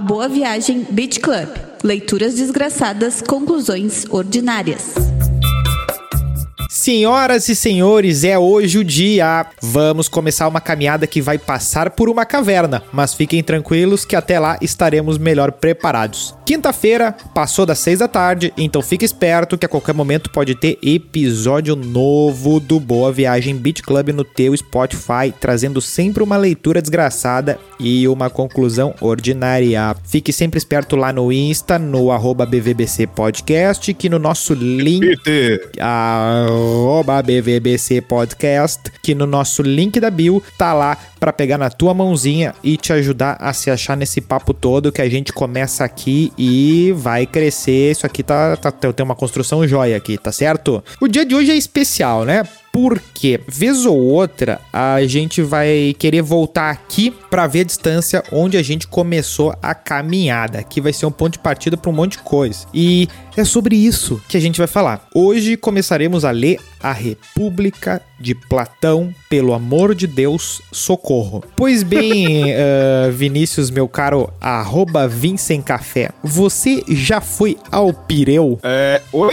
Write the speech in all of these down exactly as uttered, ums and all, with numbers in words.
Boa Viagem Beach Club. Leituras desgraçadas, conclusões ordinárias. Senhoras e senhores, é hoje o dia. Vamos começar uma caminhada que vai passar por uma caverna, mas fiquem tranquilos que até lá estaremos melhor preparados. Quinta-feira, passou das seis da tarde, então fique esperto que a qualquer momento pode ter episódio novo do Boa Viagem Beach Club no teu Spotify, trazendo sempre uma leitura desgraçada e uma conclusão ordinária. Fique sempre esperto lá no Insta, no arroba B V B C Podcast, que no nosso link... arroba B V B C Podcast, que no nosso link da bio tá lá pra pegar na tua mãozinha e te ajudar a se achar nesse papo todo que a gente começa aqui e vai crescer. Isso aqui tá, tá tem uma construção jóia aqui, tá certo? O dia de hoje é especial, né? Porque, vez ou outra, a gente vai querer voltar aqui para ver a distância onde a gente começou a caminhada. Aqui vai ser um ponto de partida para um monte de coisa. E é sobre isso que a gente vai falar. Hoje começaremos a ler A República de Platão, pelo amor de Deus, socorro. Pois bem, uh, Vinícius, meu caro, arroba Vincent Café, você já foi ao Pireu? É... Oi?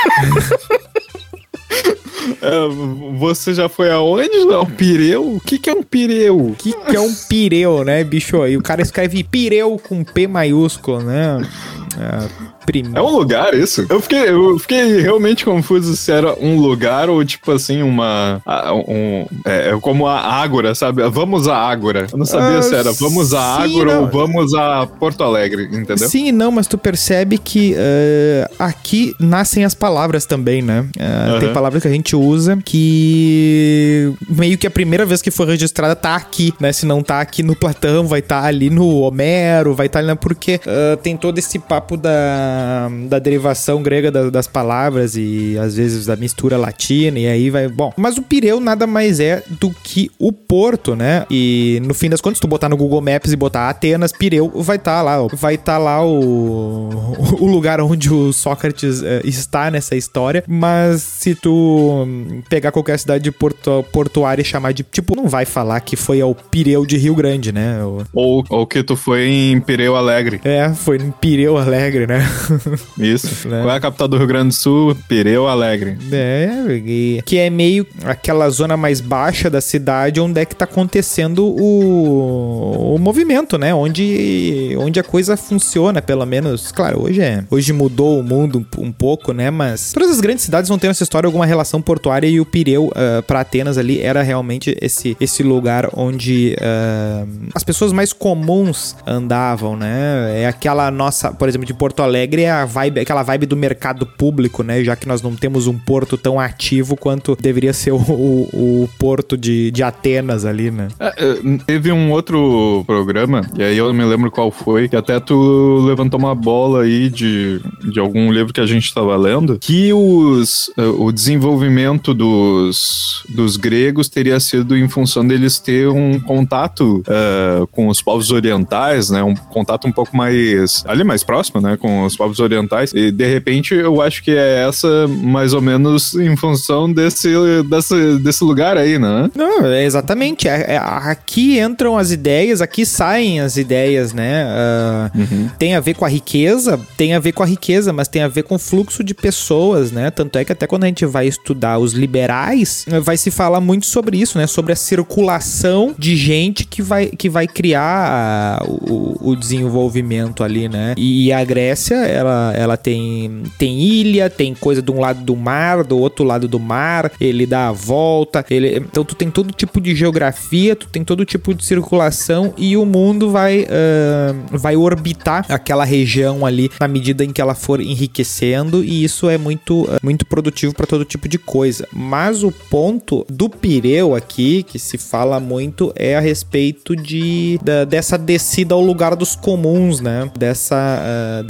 É, você já foi aonde? Não, pireu? O que que é um pireu? O que que é um pireu, né, bicho? E o cara escreve pireu com P maiúsculo, né? É... Prim... É um lugar isso? Eu fiquei, eu fiquei realmente confuso se era um lugar ou tipo assim, uma... Um, é, como a Ágora, sabe? Vamos a Ágora. Eu não sabia ah, se era vamos a Ágora ou vamos a Porto Alegre, entendeu? Sim e não, mas tu percebe que uh, aqui nascem as palavras também, né? Uh, uhum. Tem palavras que a gente usa que meio que a primeira vez que foi registrada tá aqui, né? Se não tá aqui no Platão, vai estar tá ali no Homero, vai estar tá ali, né? Porque uh, tem todo esse papo da da derivação grega das, das palavras e às vezes da mistura latina e aí vai... Bom, mas o Pireu nada mais é do que o porto, né? E no fim das contas, se tu botar no Google Maps e botar Atenas, Pireu, vai estar tá lá, ó. Vai estar tá lá o, o lugar onde o Sócrates uh, está nessa história, mas se tu pegar qualquer cidade de porto, portuária e chamar de... Tipo, não vai falar que foi ao Pireu de Rio Grande, né? Ou, ou que tu foi em Pireu Alegre. É, foi em Pireu Alegre, né? Isso. Né? Qual é a capital do Rio Grande do Sul? Pireu Alegre. É, que é meio aquela zona mais baixa da cidade onde é que tá acontecendo o, o movimento, né? Onde, onde a coisa funciona, pelo menos. Claro, hoje é. Hoje mudou o mundo um, um pouco, né? Mas todas as grandes cidades vão ter nessa história alguma relação portuária e o Pireu, uh, pra Atenas ali, era realmente esse, esse lugar onde uh, as pessoas mais comuns andavam, né? É aquela nossa, por exemplo, de Porto Alegre, é a vibe, aquela vibe do mercado público, né? Já que nós não temos um porto tão ativo quanto deveria ser o, o, o porto de, de Atenas ali, né? É, teve um outro programa, e aí eu não me lembro qual foi, que até tu levantou uma bola aí de, de algum livro que a gente estava lendo, que os, o desenvolvimento dos, dos gregos teria sido em função deles ter um contato uh, com os povos orientais, né? Um contato um pouco mais, ali mais próximo, né? Com os povos orientais, e de repente eu acho que é essa mais ou menos em função desse, desse, desse lugar aí, né? Não, é exatamente, é, é, aqui entram as ideias, aqui saem as ideias, né? Uh, uhum. Tem a ver com a riqueza, tem a ver com a riqueza, mas tem a ver com o fluxo de pessoas, né? Tanto é que até quando a gente vai estudar os liberais, vai se falar muito sobre isso, né? Sobre a circulação de gente que vai, que vai criar uh, o, o desenvolvimento ali, né? E a Grécia, ela, ela tem, tem ilha, tem coisa de um lado do mar, do outro lado do mar, ele dá a volta, ele, então tu tem todo tipo de geografia, tu tem todo tipo de circulação e o mundo vai, uh, vai orbitar aquela região ali na medida em que ela for enriquecendo e isso é muito, uh, muito produtivo para todo tipo de coisa. Mas o ponto do Pireu aqui, que se fala muito, é a respeito de, da, dessa descida ao lugar dos comuns, né? Dessa, uh, desse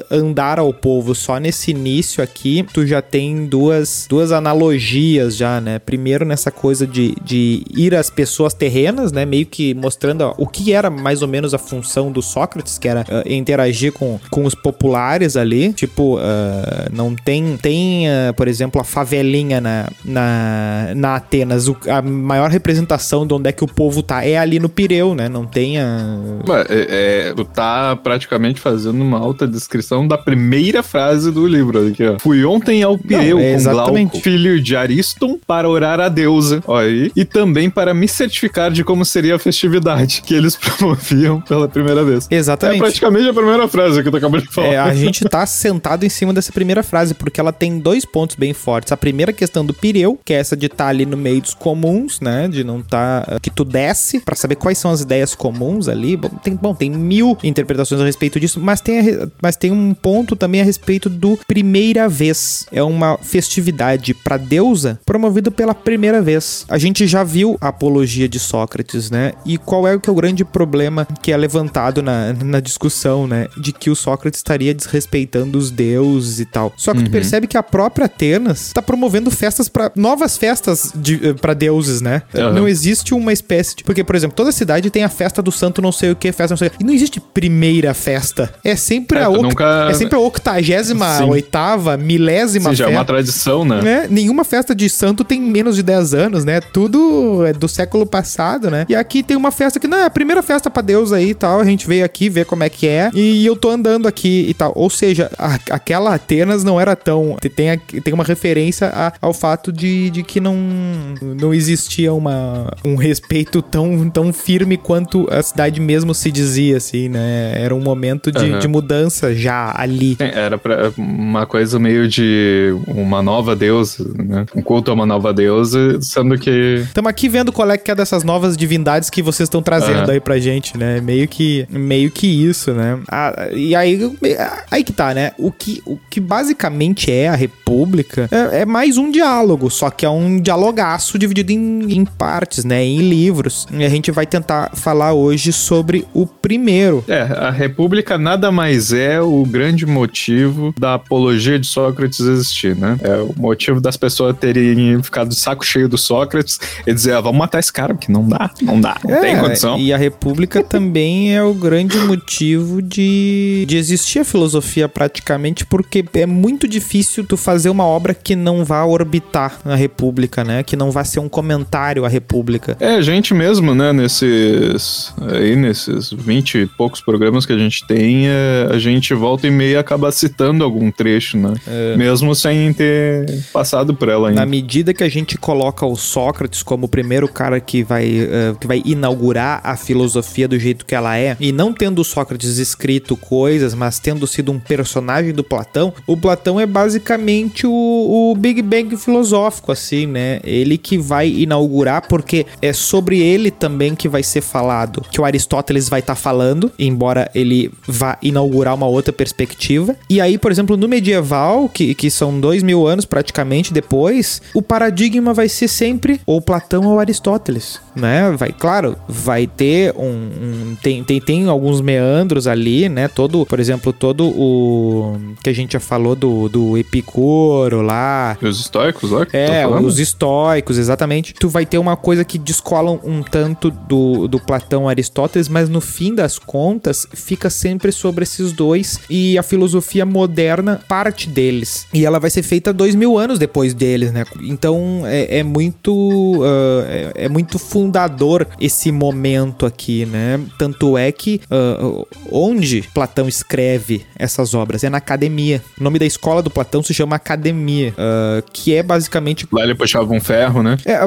andar ao povo. Só nesse início aqui, tu já tem duas, duas analogias já, né? Primeiro nessa coisa de, de ir às pessoas terrenas, né? Meio que mostrando ó, o que era mais ou menos a função do Sócrates, que era uh, interagir com, com os populares ali. Tipo, uh, não tem, tem uh, por exemplo, a favelinha na, na, na Atenas. O, a maior representação de onde é que o povo tá é ali no Pireu, né? Não tem a... Ué, é, é, tu tá praticamente fazendo uma alta descrição da primeira frase do livro aqui, ó. Fui ontem ao Pireu não, é com Glauco, filho de Ariston, para orar a deusa. Ó, aí. E também para me certificar de como seria a festividade que eles promoviam pela primeira vez. Exatamente. É praticamente a primeira frase que tu acabou de falar. É, a gente tá sentado em cima dessa primeira frase, porque ela tem dois pontos bem fortes. A primeira questão do Pireu, que é essa de estar tá ali no meio dos comuns, né? De não estar... Tá, que tu desce pra saber quais são as ideias comuns ali. Bom, tem, bom, tem mil interpretações a respeito disso, mas tem, a, mas tem um ponto também a respeito do primeira vez. É uma festividade pra deusa promovida pela primeira vez. A gente já viu a apologia de Sócrates, né? E qual é o que é o grande problema que é levantado na, na discussão, né? De que o Sócrates estaria desrespeitando os deuses e tal. Só que uhum. tu percebe que a própria Atenas tá promovendo festas para novas festas de, pra deuses, né? Uhum. Não existe uma espécie de... Porque, por exemplo, toda cidade tem a festa do santo não sei o que, festa não sei o que. E não existe primeira festa. É sempre, é, a, oct... nunca... é sempre a octagésima, Sim. oitava, milésima Sim, festa. já é uma tradição, né? né? Nenhuma festa de santo tem menos de dez anos, né? Tudo é do século passado, né? E aqui tem uma festa que, não, é a primeira festa pra Deus aí e tal. A gente veio aqui ver como é que é. E eu tô andando aqui e tal. Ou seja, a, aquela Atenas não era tão... Tem, a, tem uma referência a, ao fato de, de que não, não existia uma, um respeito tão, tão firme quanto a cidade mesmo se dizia, assim, né? Era um momento de, uhum. de mudança já ali. É, era pra uma coisa meio de uma nova deusa, né? Um culto a uma nova deusa, sendo que... Estamos aqui vendo qual é que é dessas novas divindades que vocês estão trazendo uhum. aí pra gente, né? Meio que, meio que isso, né? Ah, e aí, aí que tá, né? O que, o que basicamente é a República é, é mais um diálogo, só que é um dialogaço dividido em, em partes, né? Em livros. E a gente vai tentar falar hoje sobre o primeiro. É, a República nada mais é o grande motivo da apologia de Sócrates existir, né? É o motivo das pessoas terem ficado de saco cheio do Sócrates e dizer, ah, vamos matar esse cara, porque não dá, não dá, não é, tem condição. E a República também é o grande motivo de, de existir a filosofia praticamente, porque é muito difícil tu fazer uma obra que não vá orbitar a República, né? Que não vá ser um comentário à República. É, a gente mesmo, né? Nesses aí, nesses vinte e poucos programas que a gente tem, é, a gente volta e meia acaba citando algum trecho, né? É. Mesmo sem ter passado por ela ainda. Na medida que a gente coloca o Sócrates como o primeiro cara que vai, uh, que vai inaugurar a filosofia do jeito que ela é, e não tendo o Sócrates escrito coisas, mas tendo sido um personagem do Platão, o Platão é basicamente o, o Big Bang filosófico, assim, né? Ele que vai inaugurar, porque é sobre ele também que vai ser falado, que o Aristóteles vai estar tá falando, embora ele vá inaugurar uma outra perspectiva. E aí, por exemplo, no medieval, que, que são dois mil anos praticamente depois, o paradigma vai ser sempre ou Platão ou Aristóteles, né? Vai, claro, vai ter um... um tem, tem, tem alguns meandros ali, né? Todo, por exemplo, todo o... que a gente já falou do, do Epicuro lá. E os estoicos lá? É, os estoicos, exatamente. Tu vai ter uma coisa que descola um tanto do, do Platão Aristóteles, mas no fim das contas, fica sempre sobre esses dois, e a filosofia moderna parte deles. E ela vai ser feita dois mil anos depois deles, né? Então, é, é muito... Uh, é, é muito fundador esse momento aqui, né? Tanto é que uh, onde Platão escreve essas obras é na academia. O nome da escola do Platão se chama Academia, uh, que é basicamente... Lá ele puxava um ferro, né? É,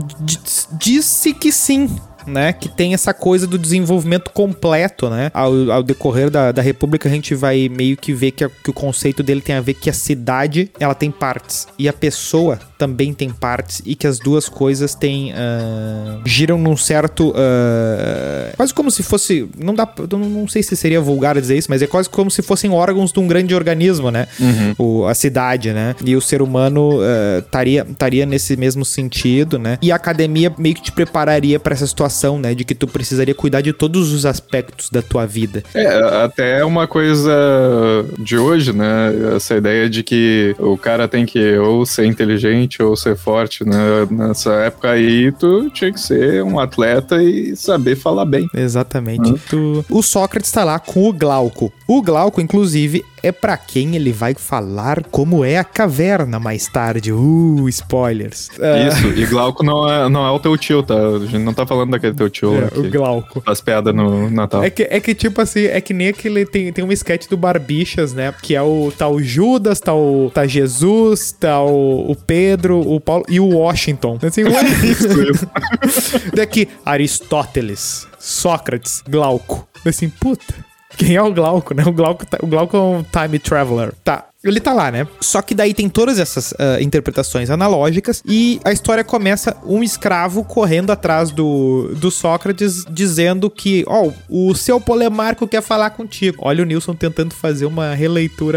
disse que sim, né, que tem essa coisa do desenvolvimento completo, né, ao, ao decorrer da, da República a gente vai meio que ver que, a, que o conceito dele tem a ver que a cidade, ela tem partes, e a pessoa também tem partes, e que as duas coisas têm, uh, giram num certo, uh, quase como se fosse, não dá, não, não sei se seria vulgar dizer isso, mas é quase como se fossem órgãos de um grande organismo, né, uhum. o, a cidade, né, e o ser humano estaria uh, estaria nesse mesmo sentido, né, e a academia meio que te prepararia para essa situação situação, né, de que tu precisaria cuidar de todos os aspectos da tua vida. É, até uma coisa de hoje, né, essa ideia de que o cara tem que ou ser inteligente ou ser forte, né, nessa época aí tu tinha que ser um atleta e saber falar bem. Exatamente. Hum. Tu... O Sócrates tá lá com o Glauco. O Glauco, inclusive, é pra quem ele vai falar como é a caverna mais tarde. Uh, spoilers. Isso, uh... e Glauco não é, não é o teu tio, tá? A gente não tá falando daquele teu tio é, lá. O Glauco. Faz piada no Natal. É que, é que tipo assim, é que nem aquele... Tem, tem um sketch do Barbichas, né? Que é o tal Judas, tal tá Jesus, tal o Pedro, o Paulo e o Washington. Assim, ué. Daqui, Aristóteles, Sócrates, Glauco. Assim, puta... Quem é o Glauco, né? O Glauco, tá, o Glauco é um time traveler. Tá. Ele tá lá, né? Só que daí tem todas essas uh, interpretações analógicas e a história começa um escravo correndo atrás do, do Sócrates dizendo que, ó, oh, o seu Polemarco quer falar contigo. Olha o Nilson tentando fazer uma releitura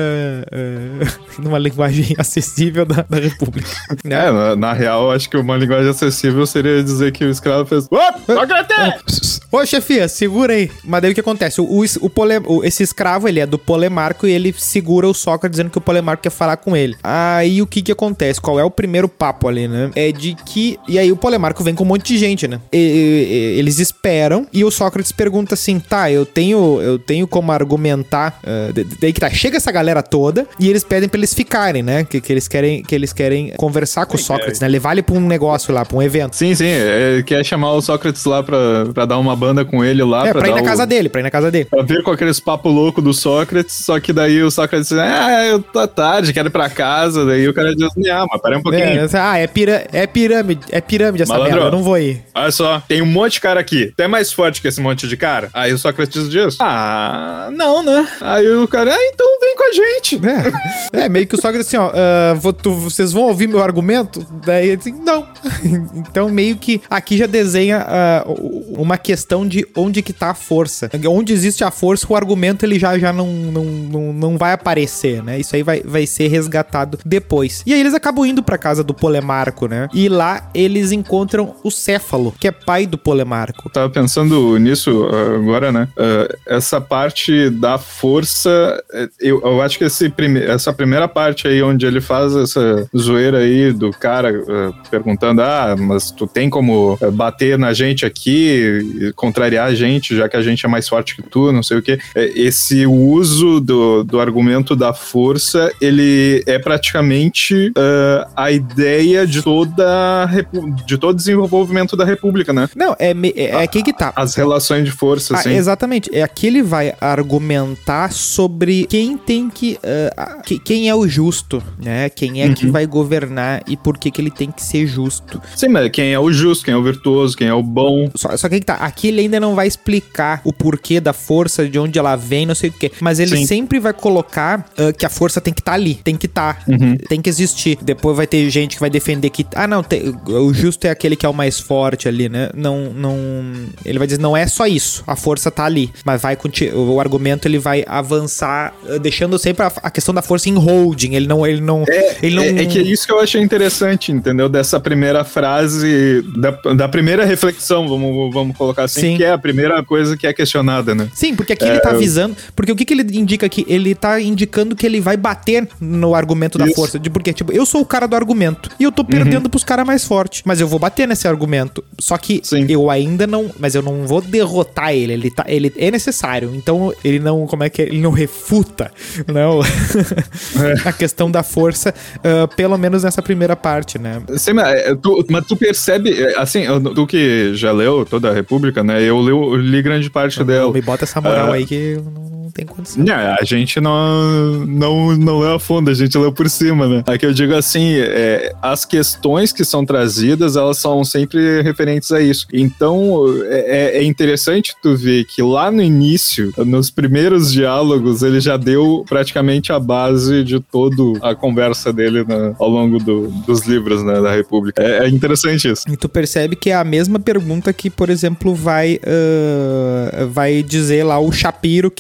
uh, numa linguagem acessível da, da República. Né? É, na, na real, acho que uma linguagem acessível seria dizer que o escravo fez... Ô, Sócrates! Ô, chefia, segura aí. Mas daí o que acontece? O, o, o, pole, o esse escravo, ele é do Polemarco e ele segura o Sócrates dizendo que o Polemarco quer falar com ele. Aí o que que acontece? Qual é o primeiro papo ali, né? É de que... E aí o Polemarco vem com um monte de gente, né? E, e, eles esperam e o Sócrates pergunta assim, tá, eu tenho, eu tenho como argumentar... Uh, daí que tá, chega essa galera toda e eles pedem pra eles ficarem, né? Que, que, eles, querem, que eles querem conversar com o Sócrates, né? Levar ele pra um negócio lá, pra um evento. Sim, sim. É, quer chamar o Sócrates lá pra, pra dar uma banda com ele lá. É, pra, pra ir na o... casa dele, pra ir na casa dele. Pra vir com aqueles papo louco do Sócrates, só que daí o Sócrates diz, ah, eu tô tarde, quero ir pra casa. Daí o cara diz, ah, mas pera um pouquinho. É, ah, é, pira, é pirâmide, é pirâmide essa Malandro, merda, eu não vou ir. Olha só, tem um monte de cara aqui, tu é mais forte que esse monte de cara? Aí o Sócrates diz, ah, não, né? Aí o cara, ah, então vem com a gente. É, é meio que o Sócrates assim, ó, uh, vou, tu, vocês vão ouvir meu argumento? Daí ele assim, não. Então meio que aqui já desenha uh, uma questão de onde que tá a força. Onde existe a força, o argumento ele já, já não, não, não, não vai aparecer, né? Isso aí vai, vai ser resgatado depois. E aí eles acabam indo pra casa do Polemarco, né? E lá eles encontram o Céfalo, que é pai do Polemarco. Tava pensando nisso agora, né? Uh, essa parte da força, eu, eu acho que esse prime- essa primeira parte aí, onde ele faz essa zoeira aí do cara uh, perguntando, ah, mas tu tem como bater na gente aqui, contrariar a gente, já que a gente é mais forte que tu, não sei o quê. Esse uso do, do argumento da força, ele é praticamente uh, a ideia de toda de todo desenvolvimento da República, né? Não, é, é, é aqui que tá. As relações de força, ah, assim. Exatamente. É aqui ele vai argumentar sobre quem tem que... Uh, que, quem é o justo, né? Quem é uhum. que vai governar e por que que ele tem que ser justo. Sim, mas quem é o justo, quem é o virtuoso, quem é o bom. Só, só que tá, aqui ele ainda não vai explicar o porquê da força, de onde ela vem, não sei o quê. Mas ele Sim. sempre vai colocar uh, que a força tem que estar tá ali, tem que estar, tá, uhum. tem que existir. Depois vai ter gente que vai defender que, ah, não, tem, o justo é aquele que é o mais forte ali, né? Não, não... Ele vai dizer, não é só isso, a força tá ali. Mas vai o argumento, ele vai avançar, uh, deixando sempre a, a questão da força em holding. Ele não... Ele não, é, ele não... É, é que é isso que eu achei interessante, entendeu? Dessa primeira frase, da, da primeira reflexão, vamos, vamos colocar assim, Sim. que é a primeira coisa que é questionada, né? Sim, porque aqui é, ele tá avisando... Porque o que que ele indica aqui? Ele tá indicando que ele vai bater no argumento da Isso. força. De porque, tipo, eu sou o cara do argumento e eu tô perdendo uhum. pros caras mais fortes. Mas eu vou bater nesse argumento. Só que Sim. eu ainda não... Mas eu não vou derrotar ele. Ele, tá, ele é necessário. Então, ele não... Como é que é? Ele não refuta, não, é. a questão da força, uh, pelo menos nessa primeira parte, né? Sim, mas tu, mas tu percebe... Assim, tu que já leu toda a República, né? Eu, li, eu li grande parte não, dela. Não, me bota essa moral uh, aí que eu não... Não tem condição. Não, a gente não, não, não leu a fundo, a gente leu por cima, né? Aqui eu digo assim, é, as questões que são trazidas, elas são sempre referentes a isso. Então, é, é interessante tu ver que lá no início, nos primeiros diálogos, ele já deu praticamente a base de toda a conversa dele, né, ao longo do, dos livros, né, da República. É, é interessante isso. E tu percebe que é a mesma pergunta que, por exemplo, vai, uh, vai dizer lá o Shapiro que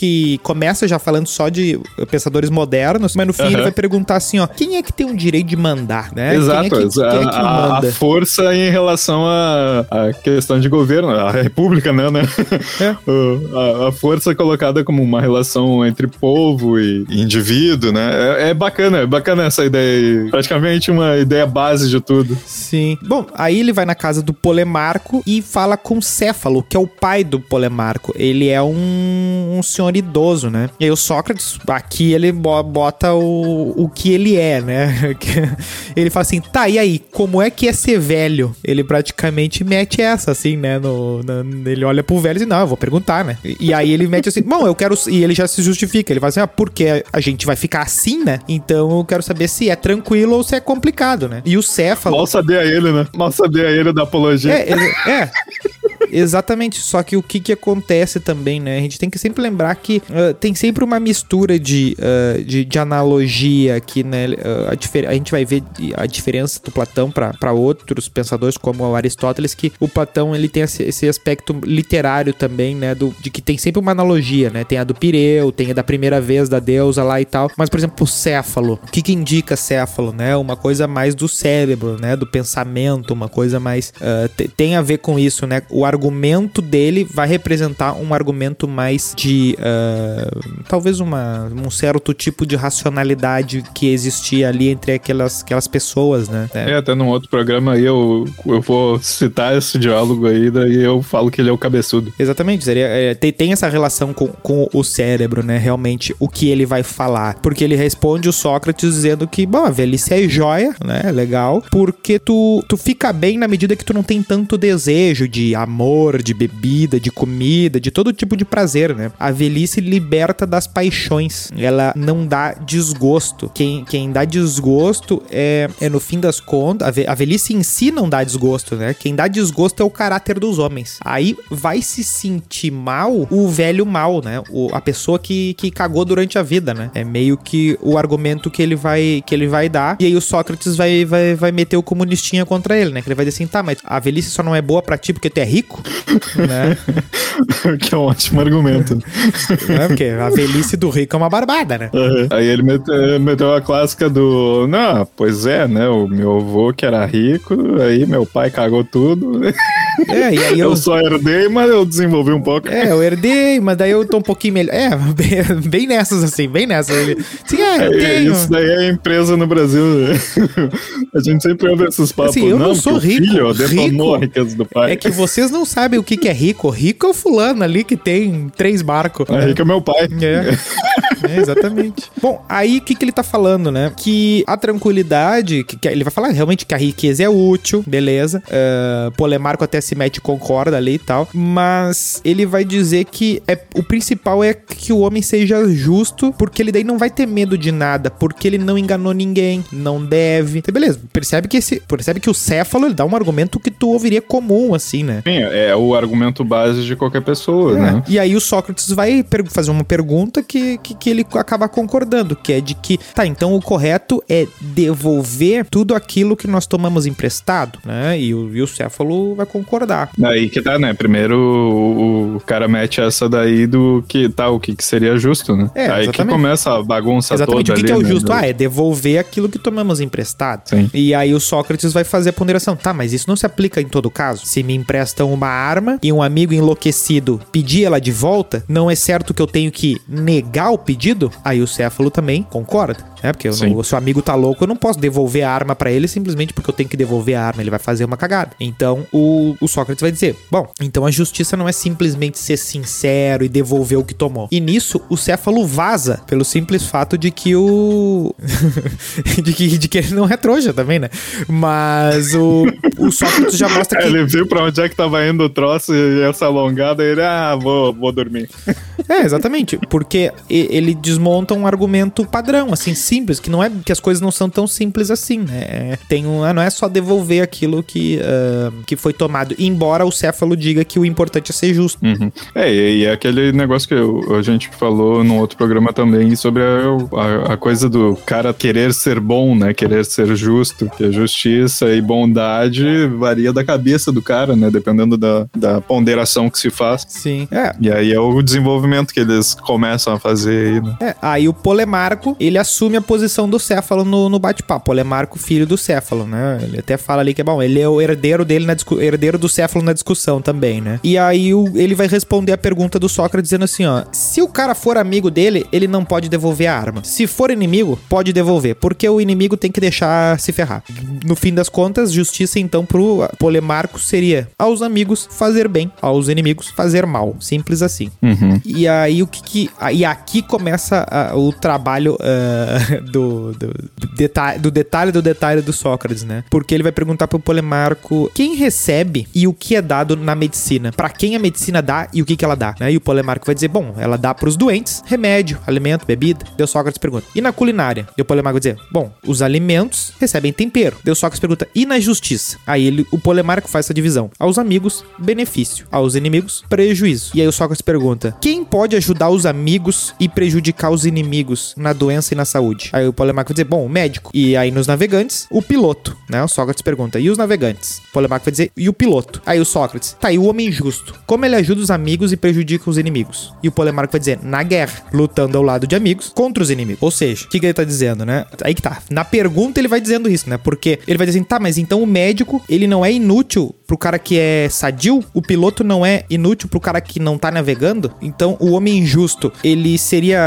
começa já falando só de pensadores modernos, mas no fim uhum. ele vai perguntar assim, ó, quem é que tem o direito de mandar, né? Exato. Quem é que, quem é que a, manda? A força em relação à, à questão de governo, a república, né? né? É. A, a força colocada como uma relação entre povo e indivíduo, né? É, é bacana, é bacana essa ideia aí. Praticamente uma ideia base de tudo. Sim. Bom, aí ele vai na casa do Polemarco e fala com Céfalo, que é o pai do Polemarco. Ele é um, um senhor idoso, né? E aí o Sócrates, aqui ele bota o, o que ele é, né? Ele fala assim, tá, e aí, como é que é ser velho? Ele praticamente mete essa, assim, né? No, no, ele olha pro velho e diz, não, eu vou perguntar, né? E, e aí ele mete assim, bom, eu quero... E ele já se justifica, ele fala assim, ah, porque a gente vai ficar assim, né? Então eu quero saber se é tranquilo ou se é complicado, né? E o Céfalo... Mal sabia ele, né? Mal sabia ele da apologia. É, é... é. Exatamente, só que o que que acontece também, né? A gente tem que sempre lembrar que uh, tem sempre uma mistura de, uh, de, de analogia aqui, né? Uh, a, difer- a gente vai ver a diferença do Platão para outros pensadores como o Aristóteles, que o Platão ele tem esse, esse aspecto literário também, né? Do, de que tem sempre uma analogia, né? Tem a do Pireu, tem a da primeira vez da deusa lá e tal. Mas, por exemplo, o Céfalo. O que que indica Céfalo, né? Uma coisa mais do cérebro, né? Do pensamento, uma coisa mais... Uh, te, tem a ver com isso, né? O argumento dele vai representar um argumento mais de uh, talvez uma, um certo tipo de racionalidade que existia ali entre aquelas, aquelas pessoas, né? É, até num outro programa aí eu, eu vou citar esse diálogo aí, daí eu falo que ele é o cabeçudo. Exatamente, seria, é, tem, tem essa relação com, com o cérebro, né? Realmente, o que ele vai falar. Porque ele responde o Sócrates dizendo que, bom, a velhice é joia, né? Legal. Porque tu, tu fica bem na medida que tu não tem tanto desejo de amor, de bebida, de comida, de todo tipo de prazer, né? A velhice liberta das paixões. Ela não dá desgosto. Quem, quem dá desgosto é, é, no fim das contas, a, ve- a velhice em si não dá desgosto, né? Quem dá desgosto é o caráter dos homens. Aí vai se sentir mal o velho mal, né? O, a pessoa que, que cagou durante a vida, né? É meio que o argumento que ele vai, que ele vai dar. E aí o Sócrates vai, vai, vai meter o comunistinha contra ele, né? Que ele vai dizer assim, tá, mas a velhice só não é boa pra ti porque tu é rico? Né? Que é um ótimo argumento. É, porque a velhice do rico é uma barbada, né? Uhum. Aí ele meteu, meteu a clássica do... Não, pois é, né? O meu avô que era rico, aí meu pai cagou tudo. É, e aí eu... eu só herdei, mas eu desenvolvi um pouco. É, eu herdei, mas daí eu tô um pouquinho melhor. É, bem, bem nessas assim, bem nessas. Ele... Sim, é, eu é, tenho... Isso daí é empresa no Brasil. A gente sempre ouve esses papos. Assim, eu não, não sou rico. Filho rico a riqueza do pai. É que vocês não sabem o que que é rico. Rico é o fulano ali que tem três barcos. É, rico é meu pai. É, é exatamente. Bom, aí o que que ele tá falando, né? Que a tranquilidade, que, que ele vai falar realmente que a riqueza é útil, beleza. Uh, Polemarco até se mete e concorda ali e tal, mas ele vai dizer que é, o principal é que o homem seja justo, porque ele daí não vai ter medo de nada, porque ele não enganou ninguém, não deve. Então, beleza, percebe que esse, percebe que o Céfalo, ele dá um argumento que tu ouviria comum, assim, né? Sim, é o argumento base de qualquer pessoa, é. né? E aí o Sócrates vai per- fazer uma pergunta que, que, que ele acaba concordando, que é de que, tá, então o correto é devolver tudo aquilo que nós tomamos emprestado, né? E o, e o Céfalo vai concordar. Aí que tá, né? Primeiro o, o cara mete essa daí do que tá, o que, que seria justo, né? É, aí exatamente. que começa a bagunça exatamente. toda O que, ali, que é o né? justo? Do... Ah, é devolver aquilo que tomamos emprestado. Sim. E aí o Sócrates vai fazer a ponderação. Tá, mas isso não se aplica em todo caso. Se me emprestam uma arma e um amigo enlouquecido pedir ela de volta, não é certo que eu tenho que negar o pedido? Aí o Céfalo também concorda, né? Porque eu não, se o amigo tá louco, eu não posso devolver a arma pra ele simplesmente porque eu tenho que devolver a arma. Ele vai fazer uma cagada. Então o, o Sócrates vai dizer, bom, então a justiça não é simplesmente ser sincero e devolver o que tomou. E nisso o Céfalo vaza pelo simples fato de que o... de, que, de que ele não é trouxa também, né? Mas o, o Sócrates já mostra que... Ele viu pra onde é que tava indo o troço e essa alongada, ele, ah, vou, vou dormir. É, exatamente, porque ele desmonta um argumento padrão, assim, simples, que não é que as coisas não são tão simples assim, né? Tem um, não é só devolver aquilo que, uh, que foi tomado, embora o Céfalo diga que o importante é ser justo. Uhum. É, e é aquele negócio que eu, a gente falou num outro programa também sobre a, a, a coisa do cara querer ser bom, né? Querer ser justo, que a justiça e bondade varia da cabeça do cara, né? Dependendo da, da ponderação que se faz. Sim. É. E aí é o desenvolvimento que eles começam a fazer aí, né? É, aí o Polemarco, ele assume a posição do Céfalo no, no bate-papo. Polemarco, filho do Céfalo, né? Ele até fala ali que é bom, ele é o herdeiro dele, na discu- herdeiro do Céfalo na discussão também, né? E aí o, ele vai responder a pergunta do Sócrates dizendo assim, ó, se o cara for amigo dele, ele não pode devolver a arma. Se for inimigo, pode devolver, porque o inimigo tem que deixar se ferrar. No fim das contas, justiça então pro Polemarco seria aos amigos fazer bem, aos inimigos fazer mal. Simples assim. Uhum. E aí o que que... E aqui começa uh, o trabalho uh, do, do, do, detalhe, do detalhe do detalhe do Sócrates, né? Porque ele vai perguntar pro Polemarco quem recebe e o que é dado na medicina. Pra quem a medicina dá e o que que ela dá, né? E o Polemarco vai dizer, bom, ela dá pros doentes remédio, alimento, bebida. Deu Sócrates pergunta, e na culinária? E o Polemarco vai dizer, bom, os alimentos recebem tempero. Deu Sócrates pergunta, e na justiça? Aí ele, o Polemarco faz essa divisão. Aos amigos, benefício. Aos inimigos, prejuízo. E aí o Sócrates pergunta, quem pode ajudar os amigos e prejudicar os inimigos na doença e na saúde? Aí o Polemarco vai dizer, bom, o médico. E aí nos navegantes, o piloto, né? O Sócrates pergunta, e os navegantes? O Polemarco vai dizer, e o piloto? Aí o Sócrates, tá, e o homem justo? Como ele ajuda os amigos e prejudica os inimigos? E o Polemarco vai dizer, na guerra, lutando ao lado de amigos contra os inimigos. Ou seja, o que, que ele tá dizendo, né? Aí que tá. Na pergunta ele vai dizendo isso, né? Porque ele vai dizer assim, tá, mas então o médico, ele não é inútil pro cara que é sadio? O piloto não é inútil pro cara que não tá navegando? Então o homem justo, ele seria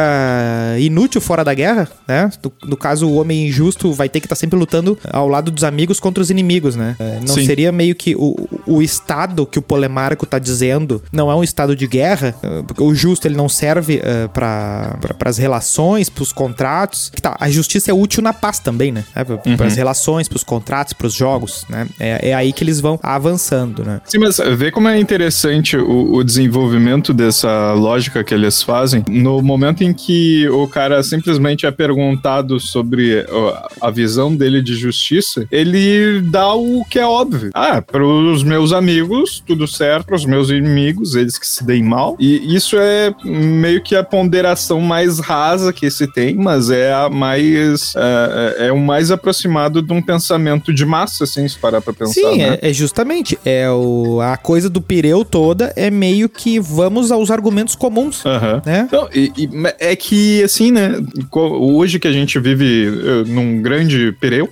inútil fora da guerra, né? No, no caso, o homem justo vai ter que estar tá sempre lutando ao lado dos amigos contra os inimigos, né? É, não Sim. seria meio que o, o estado que o Polemarco tá dizendo não é um estado de guerra? Porque o justo, ele não serve uh, para as relações, pros contratos. Que tá, a justiça é útil na paz também, né? É, para as uhum. relações, pros contratos, pros jogos, né? É, é aí que eles vão avançando, né? Sim, mas vê como é interessante o, o desenvolvimento dessa lógica que eles fazem. No momento em que o cara simplesmente é perguntado sobre a visão dele de justiça, ele dá o que é óbvio. Ah, pros meus amigos, tudo certo, pros meus inimigos, eles que se deem mal. E isso é meio que a ponderação mais rasa que se tem, mas é a mais é, é o mais aproximado de um pensamento de massa, assim, se parar pra pensar. Sim, né? é, é justamente. É o, a coisa do Pireu toda é meio que vamos aos argumentos comuns, uhum. né? Então, e, e, é que, assim, né, hoje que a gente vive uh, num grande Pireu,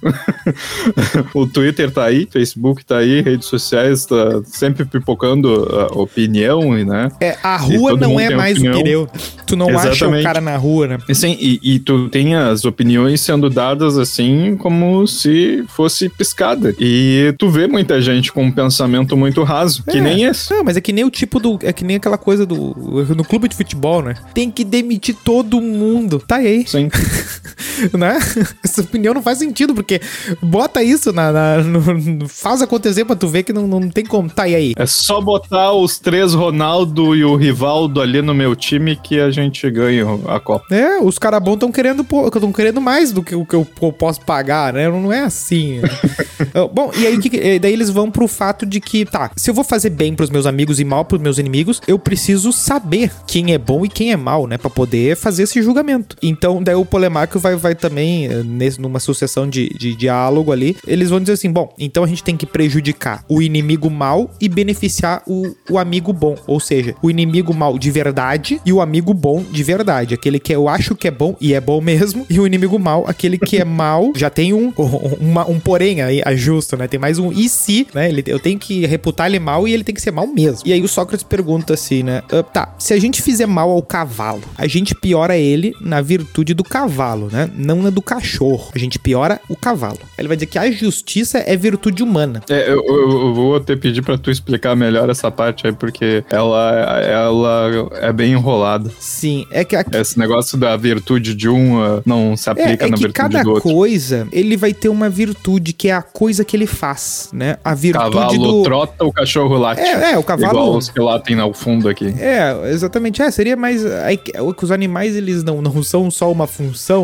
o Twitter tá aí, Facebook tá aí, redes sociais tá sempre pipocando uh, opinião, né? É, a rua não é mais opinião. O Pireu. Tu não Exatamente. Acha o cara na rua, né? Sim, e, e tu tem as opiniões sendo dadas assim como se fosse piscada. E tu vê muita gente com um pensamento muito raso, é. que nem esse. Não, mas é que nem o tipo do... É que nem aquela coisa do... No clube de futebol, né? Tem que demitir todo mundo. Tá aí. Sim. Né? Essa opinião não faz sentido, porque bota isso na... na no, faz acontecer pra tu ver que não, não tem como. Tá aí. É só botar os três Ronaldo e o Rivaldo ali no meu time que a gente ganha a Copa. É, os caras bons estão querendo, estão querendo mais do que o que eu posso pagar, né? Não é assim. Bom, e aí que, daí eles vão pro fato de que, tá, se eu vou fazer bem pros meus amigos e mal pros meus inimigos, eu preciso saber quem é bom e quem é mal, né? Pra poder fazer esse julgamento. Então, daí o Polemarco vai, vai também, nesse, numa sucessão de, de diálogo ali, eles vão dizer assim, bom, então a gente tem que prejudicar o inimigo mal e beneficiar o, o amigo bom. Ou seja, o inimigo mal de verdade e o amigo bom de verdade. Aquele que eu acho que é bom e é bom mesmo, e o inimigo mal, aquele que é mal, já tem um, um, um, um porém aí, justo, né? Tem mais um e se, né? Ele, eu tenho que reputar ele mal e ele tem que ser mal mesmo. E aí o Sócrates pergunta assim, né? Uh, tá, se a gente fizer mal ao cavalo, a gente piora ele na virtude do cavalo, né? Não na do cachorro. A gente piora o cavalo. Ele vai dizer que a justiça é virtude humana. É, eu, eu, eu vou até pedir pra tu explicar melhor essa parte aí, porque ela, ela é bem enrolada. Sim, é que... Aqui... Esse negócio da virtude de um uh, não se aplica é, é na virtude do outro. Cada coisa, ele vai ter uma virtude que é a coisa que ele faz, né? A virtude cavalo do... trota, o cachorro late. É, é, o cavalo... Igual os que latem ao fundo aqui. É, exatamente. É, seria mais... É que os animais, eles não, não são só uma função,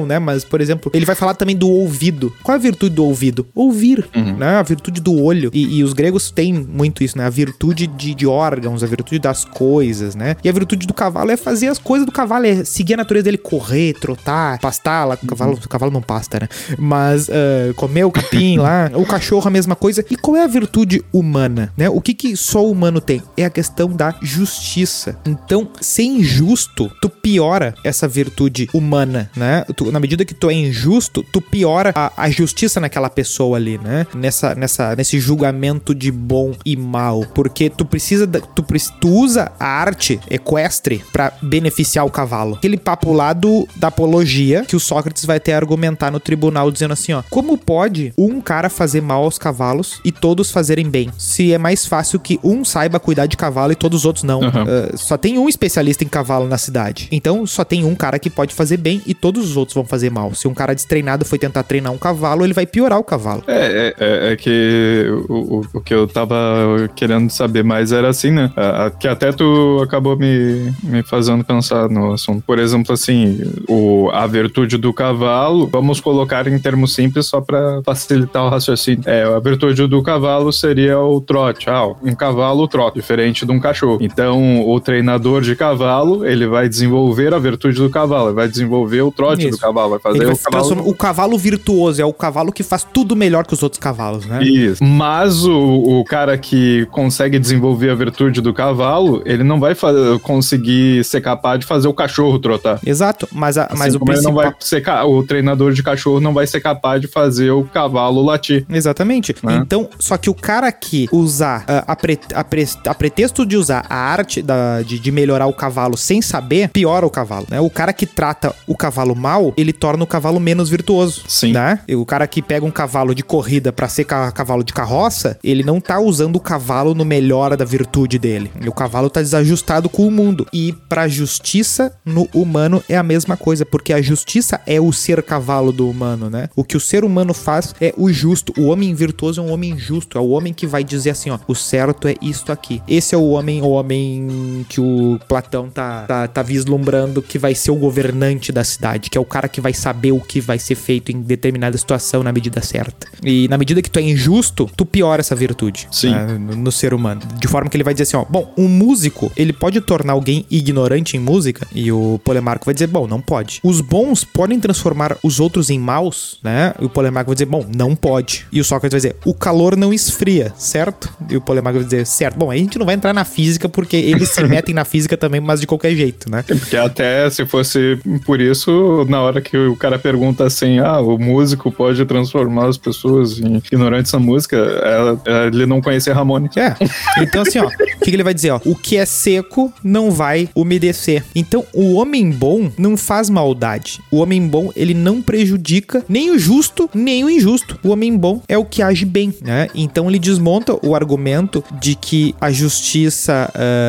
não, né? Mas, por exemplo, ele vai falar também do ouvido. Qual é a virtude do ouvido? Ouvir, uhum. né? A virtude do olho. E, e os gregos têm muito isso, né? A virtude de, de órgãos, a virtude das coisas, né? E a virtude do cavalo é fazer as coisas do cavalo, é seguir a natureza dele, correr, trotar, pastar lá. O cavalo, o cavalo não pasta, né? Mas uh, comer o capim lá, o cachorro a mesma coisa. E qual é a virtude humana, né? O que que só o humano tem? É a questão da justiça. Então, ser injusto, tu piora essa virtude humana, né? Tu, na medida que tu é injusto, tu piora a, a justiça naquela pessoa ali, né? Nessa, nessa, nesse julgamento de bom e mal. Porque tu precisa, da, tu, tu usa a arte equestre pra beneficiar o cavalo. Aquele papo lá do, da apologia que o Sócrates vai ter a argumentar no tribunal dizendo assim, ó, como pode um cara fazer mal aos cavalos e todos fazerem bem? Se é mais fácil que um saiba cuidar de cavalo e todos os outros não. Uhum. Uh, só tem um especialista em cavalo na cidade. Então, só tem um cara que pode fazer bem e todos os outros vão fazer mal. Se um cara destreinado foi tentar treinar um cavalo, ele vai piorar o cavalo. É, é, é que o, o, o que eu tava querendo saber mais era assim, né? A, a, que até tu acabou me, me fazendo pensar no assunto. Por exemplo, assim, o, a virtude do cavalo, vamos colocar em termos simples só pra facilitar o raciocínio. É, a virtude do cavalo seria o trote. Ah, um cavalo trota, diferente de um cachorro. Então, o treinador de cavalo, ele vai desenvolver a virtude do cavalo, ele vai desenvolver o trote Isso. do cavalo, vai fazer ele vai o cavalo... O cavalo virtuoso, é o cavalo que faz tudo melhor que os outros cavalos, né? Isso. Mas o, o cara que consegue desenvolver a virtude do cavalo, ele não vai fazer, conseguir ser capaz de fazer o cachorro trotar. Exato, mas, a, assim mas o principal... Não vai ser, o treinador de cachorro não vai ser capaz de fazer o cavalo latir. Exatamente. Né? Então, só que o cara que usar uh, a, pre, a, pre, a pretexto de usar a arte da, de, de melhorar o cavalo sem saber, piora o cavalo, né? O cara que trata o cavalo mal, ele torna o cavalo menos virtuoso. Sim. Né? E o cara que pega um cavalo de corrida pra ser ca- cavalo de carroça, ele não tá usando o cavalo no melhor da virtude dele. E o cavalo tá desajustado com o mundo. E pra justiça no humano é a mesma coisa, porque a justiça é o ser cavalo do humano, né? O que o ser humano faz é o justo. O homem virtuoso é um homem justo, é o homem que vai dizer assim, ó, o certo é isto aqui. Esse é o homem, o homem que o Platão tá, tá, tá vislumbrando que vai ser o governante da cidade, que é o cara que vai saber o que vai ser feito em determinada situação na medida certa. E na medida que tu é injusto, tu piora essa virtude. Sim. Né, no, no ser humano. De forma que ele vai dizer assim, ó, bom, um músico, ele pode tornar alguém ignorante em música? E o Polemarco vai dizer, bom, não pode. Os bons podem transformar os outros em maus, né? E o Polemarco vai dizer, bom, não pode. E o Sócrates vai dizer, o calor não esfria, certo? E o Polemarco vai dizer, certo. Bom, aí a gente não vai entrar na física porque eles se metem na física também, mas de qualquer jeito, né? Porque até se fosse por isso, na hora que o cara pergunta assim, ah, o músico pode transformar as pessoas em ignorantes na música, ela, ele não conhecia Ramone. É. Então assim, ó, o que, que ele vai dizer, ó? O que é seco não vai umedecer. Então, o homem bom não faz maldade. O homem bom, ele não prejudica nem o justo, nem o injusto. O homem bom é o que age bem, né? Então, ele desmonta o argumento de que a justiça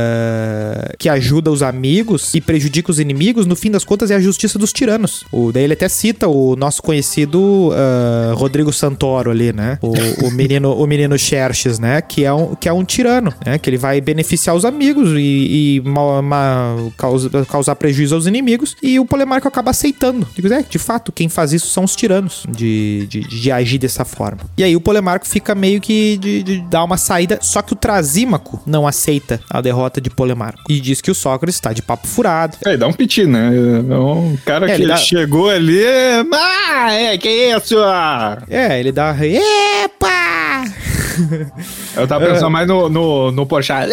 uh, que ajuda os amigos e prejudica os inimigos, no fim das contas, é a justiça dos tiranos. O, daí ele até cita o nosso conhecido uh, Rodrigo Santoro ali, né? O, o menino, o menino Xerxes, né? Que é um, que é um tirano, né? Que ele vai beneficiar os amigos e, e mal, mal, causa, causar prejuízo aos inimigos. E o Polemarco acaba aceitando. Digo, é, de fato, quem faz isso são os tiranos, de, de, de agir dessa forma. E aí o Polemarco fica meio que de, de dar uma saída, só que o Trasímaco não aceita a derrota de Polemarco. E diz que o Sócrates está de papo furado. É, dá um piti, né? É um cara é, que dá... chegou ali... Ah, é, que isso? É, ele dá... Epa! Eu tava pensando é... mais no, no, no Porchat.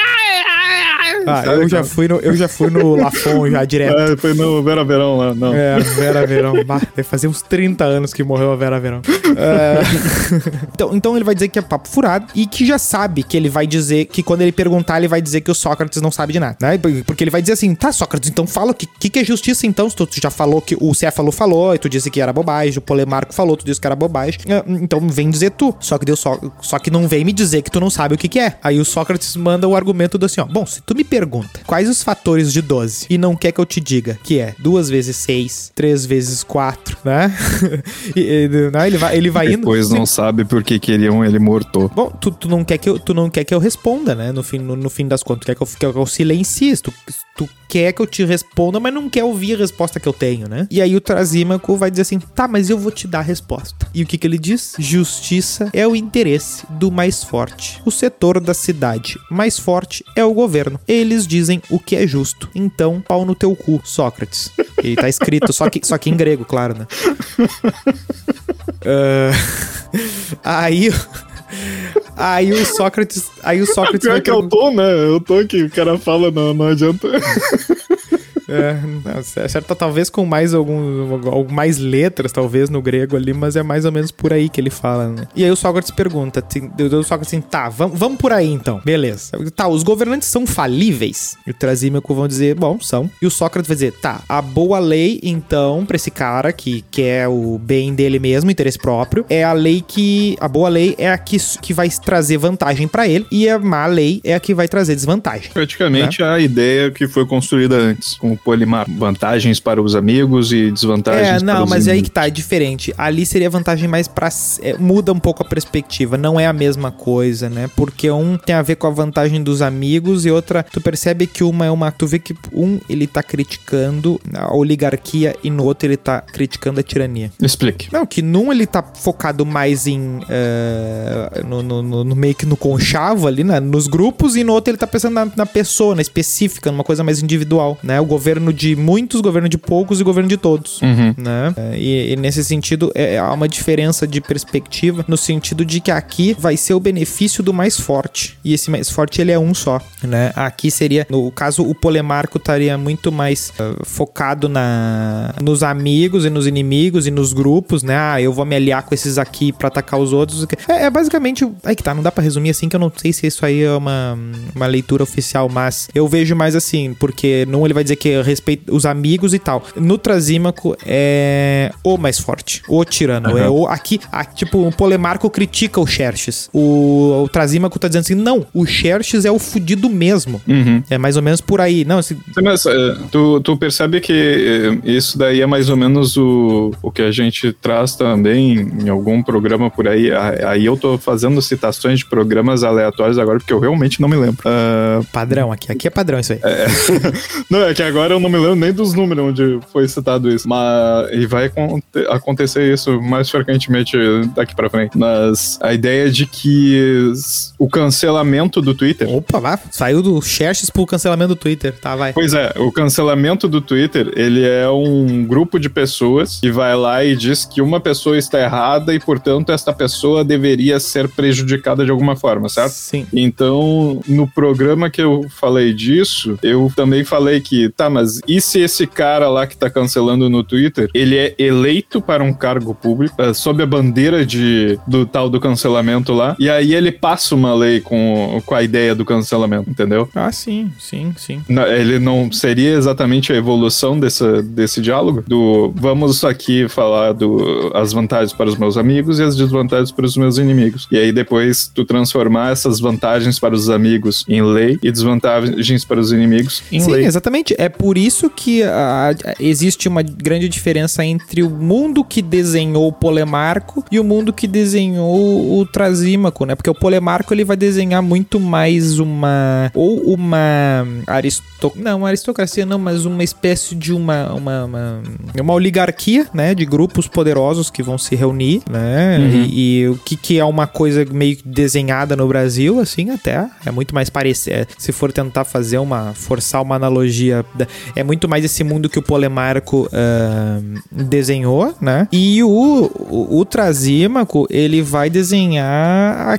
Ah, eu já fui no, eu já fui no Lafon já direto. É, foi no Vera Verão lá, não. É, Vera Verão. Bah, deve fazer uns trinta anos que morreu a Vera Verão. É... então, então ele vai dizer que é papo furado e que já sabe que ele vai dizer que quando ele perguntar, ele vai dizer que o Sócrates não sabe de nada, né? Porque ele vai dizer assim, tá, Sócrates, então fala o que, que, que é justiça então? Tu já falou que o Céfalo falou e tu disse que era bobagem, o Polemarco falou, tu disse que era bobagem. Então vem dizer tu. Só que, deu só, só que não vem me dizer que tu não sabe o que que é. Aí o Sócrates manda o argumento do assim, ó, bom, se tu me perguntar pergunta, quais os fatores de doze? E não quer que eu te diga que é duas vezes seis, três vezes quatro, né? e, e, não, ele vai, ele vai indo... Depois não sabe por que queriam ele morto. Bom, tu, tu, não quer que eu, tu não quer que eu responda, né? No fim, no, no fim das contas, tu quer que eu, que eu, que eu silencie. Tu, tu quer que eu te responda, mas não quer ouvir a resposta que eu tenho, né? E aí o Trasímaco vai dizer assim, tá, mas eu vou te dar a resposta. E o que que ele diz? Justiça é o interesse do mais forte. O setor da cidade mais forte é o governo. Eles dizem o que é justo. Então, pau no teu cu, Sócrates. E tá escrito, só que, só que em grego, claro, né? uh, aí... Aí o Sócrates... Aí o Sócrates... Pior vai que perguntar... eu tô, né? Eu tô aqui, o cara fala, não, não adianta... É, não, certo, talvez com mais algum, algum mais letras, talvez, no grego ali, mas é mais ou menos por aí que ele fala, né? E aí o Sócrates pergunta, o Sócrates assim, tá, vamos, vamos por aí então, beleza. Tá, os governantes são falíveis? E o Trasímaco vão dizer, bom, são. E o Sócrates vai dizer, tá, a boa lei, então, pra esse cara que quer o bem dele mesmo, interesse próprio, é a lei que, a boa lei é a que, que vai trazer vantagem pra ele, e a má lei é a que vai trazer desvantagem. Praticamente, né? A ideia que foi construída antes, com Polimar, vantagens para os amigos e desvantagens é, não, para os mas inimigos. É aí que tá, é diferente. Ali seria vantagem mais pra... É, muda um pouco a perspectiva, não é a mesma coisa, né? Porque um tem a ver com a vantagem dos amigos e outra, tu percebe que uma é uma... Tu vê que um, ele tá criticando a oligarquia e no outro ele tá criticando a tirania. Explique. Não, que num ele tá focado mais em... Uh, no, no, no, no meio que no conchavo ali, né? Nos grupos, e no outro ele tá pensando na, na pessoa, na específica, numa coisa mais individual, né? O governo de muitos, governo de poucos e governo de todos, uhum. né? E, e nesse sentido, é, há uma diferença de perspectiva no sentido de que aqui vai ser o benefício do mais forte. E esse mais forte, ele é um só, né? Aqui seria, no caso, o Polemarco estaria muito mais uh, focado na, nos amigos e nos inimigos e nos grupos, né? Ah, eu vou me aliar com esses aqui pra atacar os outros. É, é basicamente... Aí que tá, não dá pra resumir assim, que eu não sei se isso aí é uma, uma leitura oficial, mas eu vejo mais assim, porque num ele vai dizer que respeita os amigos e tal. No Trasímaco é o mais forte, o tirano. Uhum. É o, aqui, a, tipo, o Polemarco critica o Xerxes. O, o Trasímaco tá dizendo assim, não, o Xerxes é o fudido mesmo. Uhum. É mais ou menos por aí. Não, assim... Mas uh, tu, tu percebe que uh, isso daí é mais ou menos o, o que a gente traz também em algum programa por aí. Aí eu tô fazendo citações de programas aleatórios agora, porque eu realmente não me lembro. Uh... Padrão aqui. Aqui é padrão isso aí. É. Não, é que agora eu não me lembro nem dos números onde foi citado isso. Mas... E vai acontecer isso mais frequentemente daqui pra frente. Mas a ideia de que o cancelamento do Twitter... Opa, lá. Saiu do Xerxes pro cancelamento do Twitter. Tá, vai. Pois é, o cancelamento do Twitter, ele é um grupo de pessoas que vai lá e diz que uma pessoa está errada e, portanto, esta pessoa deveria ser prejudicada de alguma forma, certo? Sim. Então, no programa que eu falei disso, eu também falei que, tá, mas e se esse cara lá que tá cancelando no Twitter, ele é eleito para um cargo público, uh, sob a bandeira de, do tal do cancelamento lá, e aí ele passa uma lei com, com a ideia do cancelamento, entendeu? Ah, sim, sim, sim. Não, ele não seria exatamente a evolução desse, desse diálogo? Do vamos aqui falar do, as vantagens para os meus amigos e as desvantagens para os meus inimigos. E aí depois tu transformar essas vantagens para os amigos em lei e desvantagens para os inimigos em sim, lei. Sim, exatamente. É por isso que a, a, existe uma grande diferença entre o mundo que desenhou o Polemarco e o mundo que desenhou o Trasímaco, né? Porque o Polemarco ele vai desenhar muito mais uma... ou uma aristo... não, uma aristocracia não, mas uma espécie de uma uma, uma, uma oligarquia, né? De grupos poderosos que vão se reunir, né? Uhum. E, e o que, que é uma coisa meio desenhada no Brasil, assim, até é muito mais parecido. É, se for tentar fazer uma... forçar uma analogia, é muito mais esse mundo que o Polemarco uh, desenhou, né? E o, o, o Trasímaco, ele vai desenhar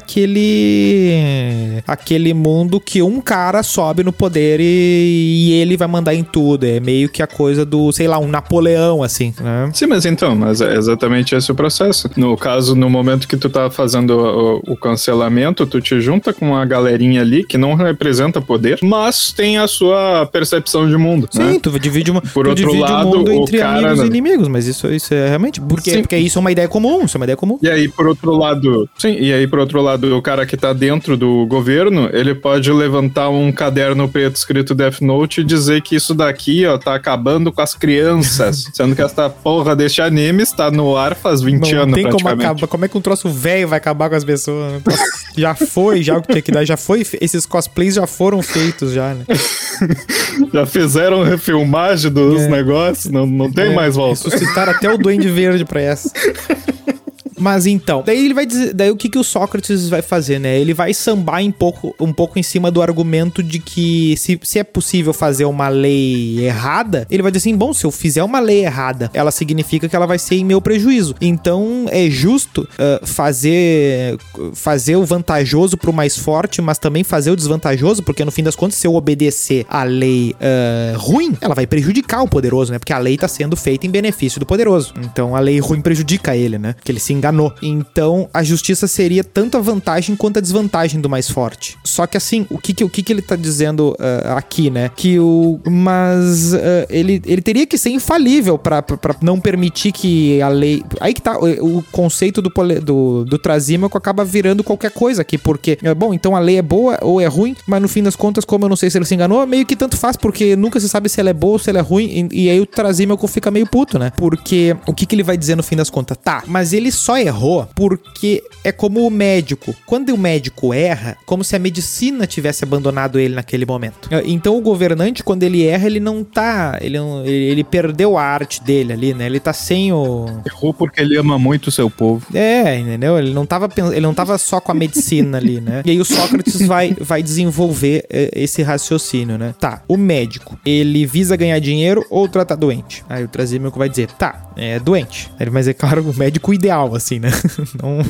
aquele aquele mundo que um cara sobe no poder e, e ele vai mandar em tudo. É meio que a coisa do, sei lá, um Napoleão, assim, né? Sim, mas então, mas é exatamente esse o processo. No caso, no momento que tu tá fazendo o, o cancelamento, tu te junta com uma galerinha ali que não representa poder, mas tem a sua percepção de mundo. mundo. Sim, né? tu divide, uma, Por tu outro divide lado, o mundo o entre cara, amigos né? e inimigos, mas isso, isso é realmente... Porque, Sim. porque isso é uma ideia comum, isso é uma ideia comum. E aí, por outro lado... Sim, e aí, por outro lado, o cara que tá dentro do governo, ele pode levantar um caderno preto escrito Death Note e dizer que isso daqui, ó, tá acabando com as crianças. Sendo que essa porra desse anime está no ar faz vinte Não anos, tem como praticamente. acabar. Como é que um troço velho vai acabar com as pessoas? Já foi, já o que tinha que dar, já foi. Esses cosplays já foram feitos, já, né? Já fizeram refilmagem dos É. negócios, não, não tem É, mais volta. Ressuscitaram até o Duende Verde pra essa. Mas então, daí ele vai dizer, daí o que, que o Sócrates vai fazer, né? Ele vai sambar um pouco, um pouco em cima do argumento de que se, se é possível fazer uma lei errada, ele vai dizer assim, bom, se eu fizer uma lei errada, ela significa que ela vai ser em meu prejuízo. Então é justo uh, fazer, fazer o vantajoso pro mais forte, mas também fazer o desvantajoso, porque no fim das contas, se eu obedecer a lei uh, ruim, ela vai prejudicar o poderoso, né? Porque a lei tá sendo feita em benefício do poderoso. Então a lei ruim prejudica ele, né? Porque ele se engana. Então, a justiça seria tanto a vantagem quanto a desvantagem do mais forte. Só que assim, o que, que, o que, que ele tá dizendo uh, aqui, né? Que o... Mas uh, ele, ele teria que ser infalível pra, pra, pra não permitir que a lei... Aí que tá o, o conceito do, do, do Trasímaco acaba virando qualquer coisa aqui, porque, bom, então a lei é boa ou é ruim, mas no fim das contas, como eu não sei se ele se enganou, meio que tanto faz, porque nunca se sabe se ela é boa ou se ela é ruim, e, e aí o Trasímaco fica meio puto, né? Porque o que, que ele vai dizer no fim das contas? Tá, mas ele só errou porque é como o médico. Quando o médico erra, como se a medicina tivesse abandonado ele naquele momento. Então o governante, quando ele erra, ele não tá... Ele, não, ele perdeu a arte dele ali, né? Ele tá sem o... Errou porque ele ama muito o seu povo. É, entendeu? Ele não tava, ele não tava só com a medicina ali, né? E aí o Sócrates vai, vai desenvolver esse raciocínio, né? Tá, o médico, ele visa ganhar dinheiro ou tratar doente? Aí o Trasímaco vai dizer, tá, é doente. Mas é claro, o médico ideal, assim, né? Não,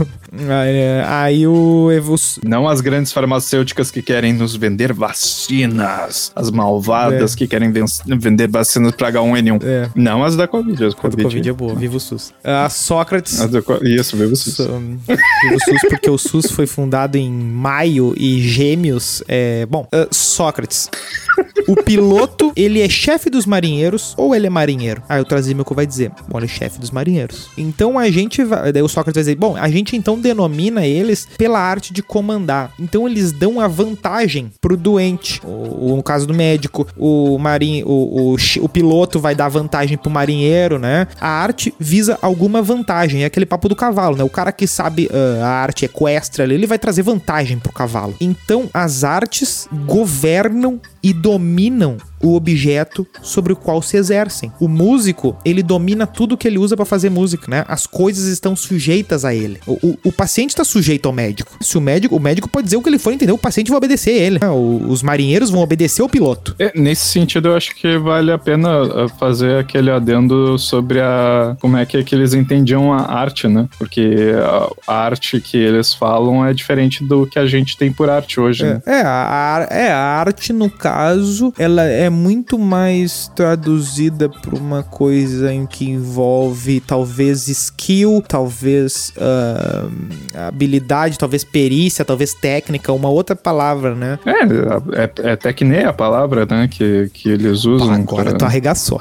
aí, aí o... Os... Não as grandes farmacêuticas que querem nos vender vacinas. As malvadas É. que querem ven- vender vacinas pra H um N um. É. Não as da Covid. As A do COVID, Covid é boa, viva o SUS. A Sócrates... As da Co- Isso, viu vocês. So- Viva o SUS, porque o SUS foi fundado em maio e gêmeos... É... Bom, uh, Sócrates... O piloto, ele é chefe dos marinheiros ou ele é marinheiro? Aí o Trasímaco vai dizer, bom, ele é chefe dos marinheiros. Então a gente vai... Daí o Sócrates vai dizer, bom, a gente então denomina eles pela arte de comandar. Então eles dão a vantagem pro doente. O, o, no caso do médico, o, marinho, o, o, o piloto vai dar vantagem pro marinheiro, né? A arte visa alguma vantagem. É aquele papo do cavalo, né? O cara que sabe uh, a arte equestre ali, ele vai trazer vantagem pro cavalo. Então as artes governam e dominam o objeto sobre o qual se exercem. O músico, ele domina tudo que ele usa pra fazer música, né? As coisas estão sujeitas a ele. O, o, o paciente tá sujeito ao médico. Se o médico, o médico pode dizer o que ele for, entendeu? O paciente vai obedecer ele. O, os marinheiros vão obedecer o piloto. É, nesse sentido, eu acho que vale a pena uh, fazer aquele adendo sobre a como é que, é que eles entendiam a arte, né? Porque a, a arte que eles falam é diferente do que a gente tem por arte hoje, né? É, é, a, é, a arte, no caso, ela é muito mais traduzida por uma coisa em que envolve talvez skill, talvez uh, habilidade, talvez perícia, talvez técnica, uma outra palavra, né? É, é, é tecne a palavra, né, que, que eles usam. Pá, agora pra... tu arregaçou.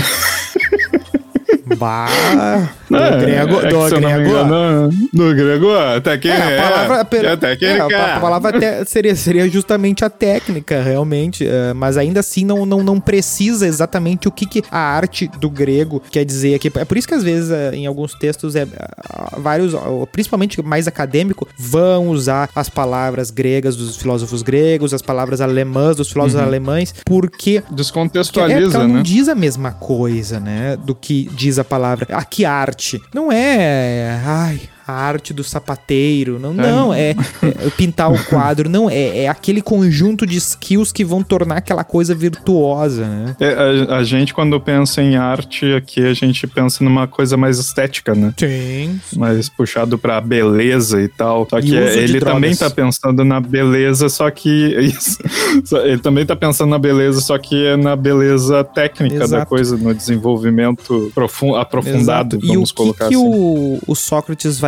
Bah, do É, grego, é que do se eu não me grego. engano, do grego, até que É, a palavra, é, per- é técnica. é, a, a palavra te- seria, seria justamente a técnica, realmente, é, mas ainda assim não, não, não precisa exatamente o que, que a arte do grego quer dizer aqui. É por isso que às vezes é, em alguns textos é, é, vários, principalmente mais acadêmico, vão usar as palavras gregas dos filósofos gregos, as palavras alemãs dos filósofos Uhum. alemães, porque Descontextualiza, é porque ela né? não diz a mesma coisa, né? Do que diz a palavra. Ah, que arte. Não é... Ai... A arte do sapateiro, não, não, é, é pintar o quadro, não, é, é aquele conjunto de skills que vão tornar aquela coisa virtuosa, né? É, a, a gente, quando pensa em arte aqui, a gente pensa numa coisa mais estética, né? Sim. Mais puxado pra beleza e tal. Só E que uso de ele drogas. também tá pensando na beleza, só que... Isso, Só- ele também tá pensando na beleza, só que é na beleza técnica Exato. da coisa, no desenvolvimento profun, aprofundado, Exato. E vamos o que, colocar que assim. o, o Sócrates vai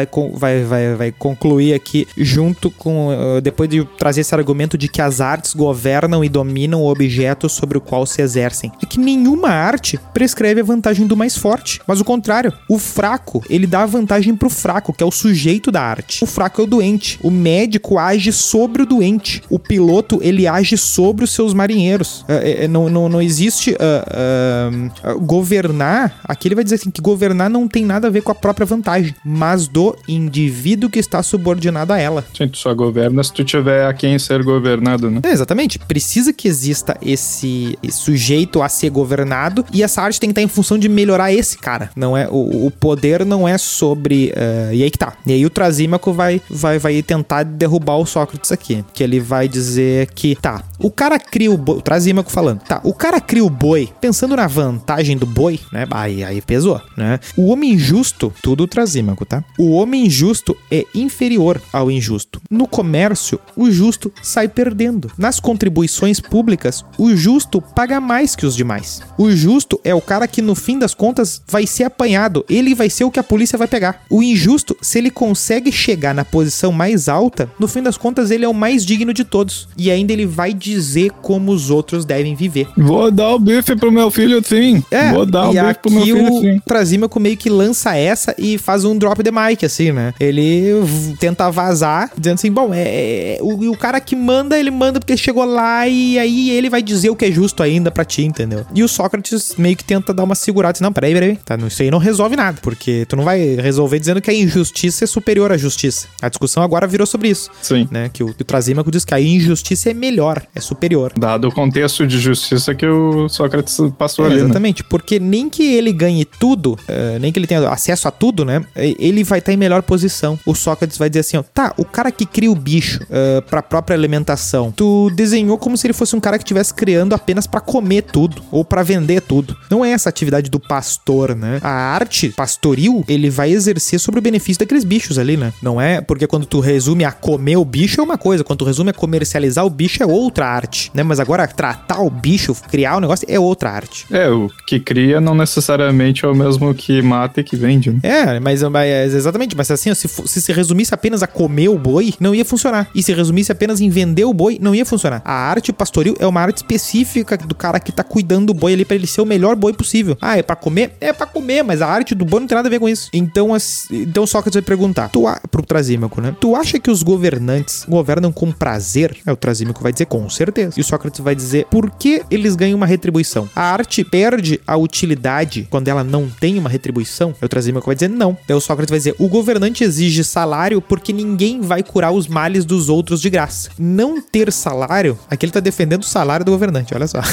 vai, vai, vai, vai concluir aqui junto com... Uh, depois de trazer esse argumento de que as artes governam e dominam o objeto sobre o qual se exercem. É que nenhuma arte prescreve a vantagem do mais forte, mas o contrário. O fraco, ele dá a vantagem pro fraco, que é o sujeito da arte. O fraco é o doente. O médico age sobre o doente. O piloto, ele age sobre os seus marinheiros. É, é, não, não, não existe uh, uh, uh, governar. Aqui ele vai dizer assim, que governar não tem nada a ver com a própria vantagem, mas do indivíduo que está subordinado a ela. Sim, tu só governa se tu tiver a quem ser governado, né? É, exatamente. Precisa que exista esse, esse sujeito a ser governado e essa arte tem que estar em função de melhorar esse cara. Não é, o, o poder não é sobre... Uh, e aí que tá. E aí o Trasímaco vai, vai, vai tentar derrubar o Sócrates aqui. Que ele vai dizer que, tá, o cara cria o boi... O Trasímaco falando. Tá, o cara cria o boi pensando na vantagem do boi, né? Aí, aí pesou, né? O homem justo, tudo o Trasímaco, tá? O homem justo é inferior ao injusto. No comércio, o justo sai perdendo. Nas contribuições públicas, o justo paga mais que os demais. O justo é o cara que, no fim das contas, vai ser apanhado. Ele vai ser o que a polícia vai pegar. O injusto, se ele consegue chegar na posição mais alta, no fim das contas, ele é o mais digno de todos. E ainda ele vai dizer como os outros devem viver. Vou dar o bife pro meu filho, sim. É, Vou dar o e bife pro meu filho, o sim. Trasímaco meio que lança essa e faz um drop the mic, assim, né? Ele v- tenta vazar, dizendo assim, bom, é, é o, o cara que manda, ele manda porque chegou lá e aí ele vai dizer o que é justo ainda pra ti, entendeu? E o Sócrates meio que tenta dar uma segurada, assim, não, peraí, peraí, tá, isso aí não resolve nada, porque tu não vai resolver dizendo que a injustiça é superior à justiça. A discussão agora virou sobre isso. Sim. Né? Que o, que o Trasímaco diz que a injustiça é melhor, é superior. Dado o contexto de justiça que o Sócrates passou É, ali, exatamente, né? Porque nem que ele ganhe tudo, uh, nem que ele tenha acesso a tudo, né? Ele vai estar em melhor posição. O Sócrates vai dizer assim, ó, tá, o cara que cria o bicho uh, pra própria alimentação, tu desenhou como se ele fosse um cara que estivesse criando apenas pra comer tudo, ou pra vender tudo. Não é essa a atividade do pastor, né? A arte pastoril, ele vai exercer sobre o benefício daqueles bichos ali, né? Não é porque quando tu resume a comer o bicho é uma coisa, quando tu resume a comercializar o bicho é outra arte, né? Mas agora tratar o bicho, criar o negócio é outra arte. É, o que cria não necessariamente é o mesmo que mata e que vende, né? É, mas, mas exatamente, mas assim, se, se se resumisse apenas a comer o boi, não ia funcionar. E se resumisse apenas em vender o boi, não ia funcionar. A arte pastoril é uma arte específica do cara que tá cuidando do boi ali pra ele ser o melhor boi possível. Ah, é pra comer? É pra comer, mas a arte do boi não tem nada a ver com isso. Então, assim, então Sócrates vai perguntar, tu a, pro Trasímaco, né? Tu acha que os governantes governam com prazer? É, o Trasímaco vai dizer com certeza. E o Sócrates vai dizer por que eles ganham uma retribuição. A arte perde a utilidade quando ela não tem uma retribuição? É, o Trasímaco vai dizer não. Daí o Sócrates vai dizer, o governante exige salário porque ninguém vai curar os males dos outros de graça. Não ter salário, aqui ele tá defendendo o salário do governante, olha só.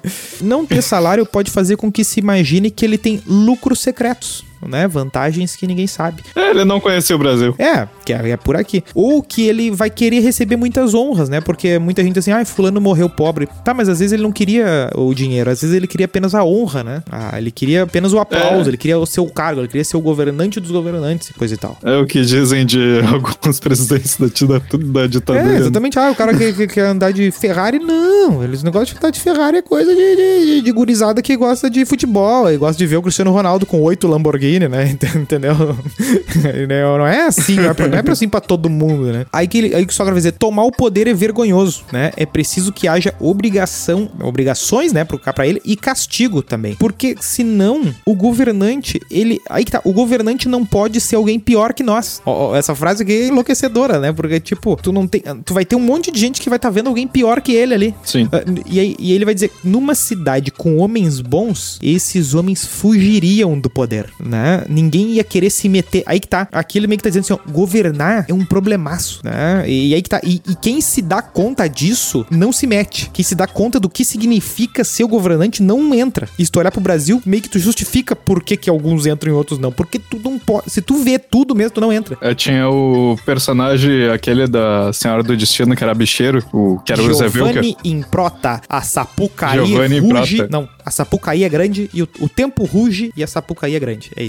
Não ter salário pode fazer com que se imagine que ele tem lucros secretos, né? Vantagens que ninguém sabe. É, ele não conhecia o Brasil. É, que é, é por aqui. Ou que ele vai querer receber muitas honras, né? Porque muita gente assim, ah, fulano morreu pobre. Tá, mas às vezes ele não queria o dinheiro, às vezes ele queria apenas a honra, né? Ah, ele queria apenas o aplauso, é. Ele queria o seu cargo, ele queria ser o governante dos governantes e coisa e tal. É o que dizem de alguns presidentes da, da ditadura. É, exatamente. Ah, o cara que, que quer andar de Ferrari, não. Eles não gostam de andar de Ferrari, é coisa de, de, de gurizada que gosta de futebol e gosta de ver o Cristiano Ronaldo com oito Lamborghini, né? Entendeu? Não é assim, não é pra, não é pra assim pra todo mundo, né? Aí que, ele, aí que o Sócrates vai dizer, tomar o poder é vergonhoso, né? É preciso que haja obrigação, obrigações, né, pro, pra ele e castigo também. Porque senão, o governante, ele... Aí que tá, o governante não pode ser alguém pior que nós. Ó, ó, essa frase aqui é enlouquecedora, né? Porque, tipo, tu não tem... Tu vai ter um monte de gente que vai estar tá vendo alguém pior que ele ali. Sim. Uh, e, aí, e ele vai dizer, numa cidade com homens bons, esses homens fugiriam do poder, né? Ninguém ia querer se meter. Aí que tá. Aqui ele meio que tá dizendo assim, ó, governar é um problemaço, né? E, e aí que tá. E, e quem se dá conta disso, não se mete. Quem se dá conta do que significa ser o governante, não entra. E se tu olhar pro Brasil, meio que tu justifica por que que alguns entram e outros não. Porque tu não pode... Se tu vê tudo mesmo, tu não entra. É, tinha o personagem, aquele da Senhora do Destino, que era bicheiro, o, que era o Zé Vilker. Giovanni Improta, a Sapucaí Giovanni ruge... Improta. Não, a Sapucaí é grande e o, o tempo ruge e a Sapucaí é grande. É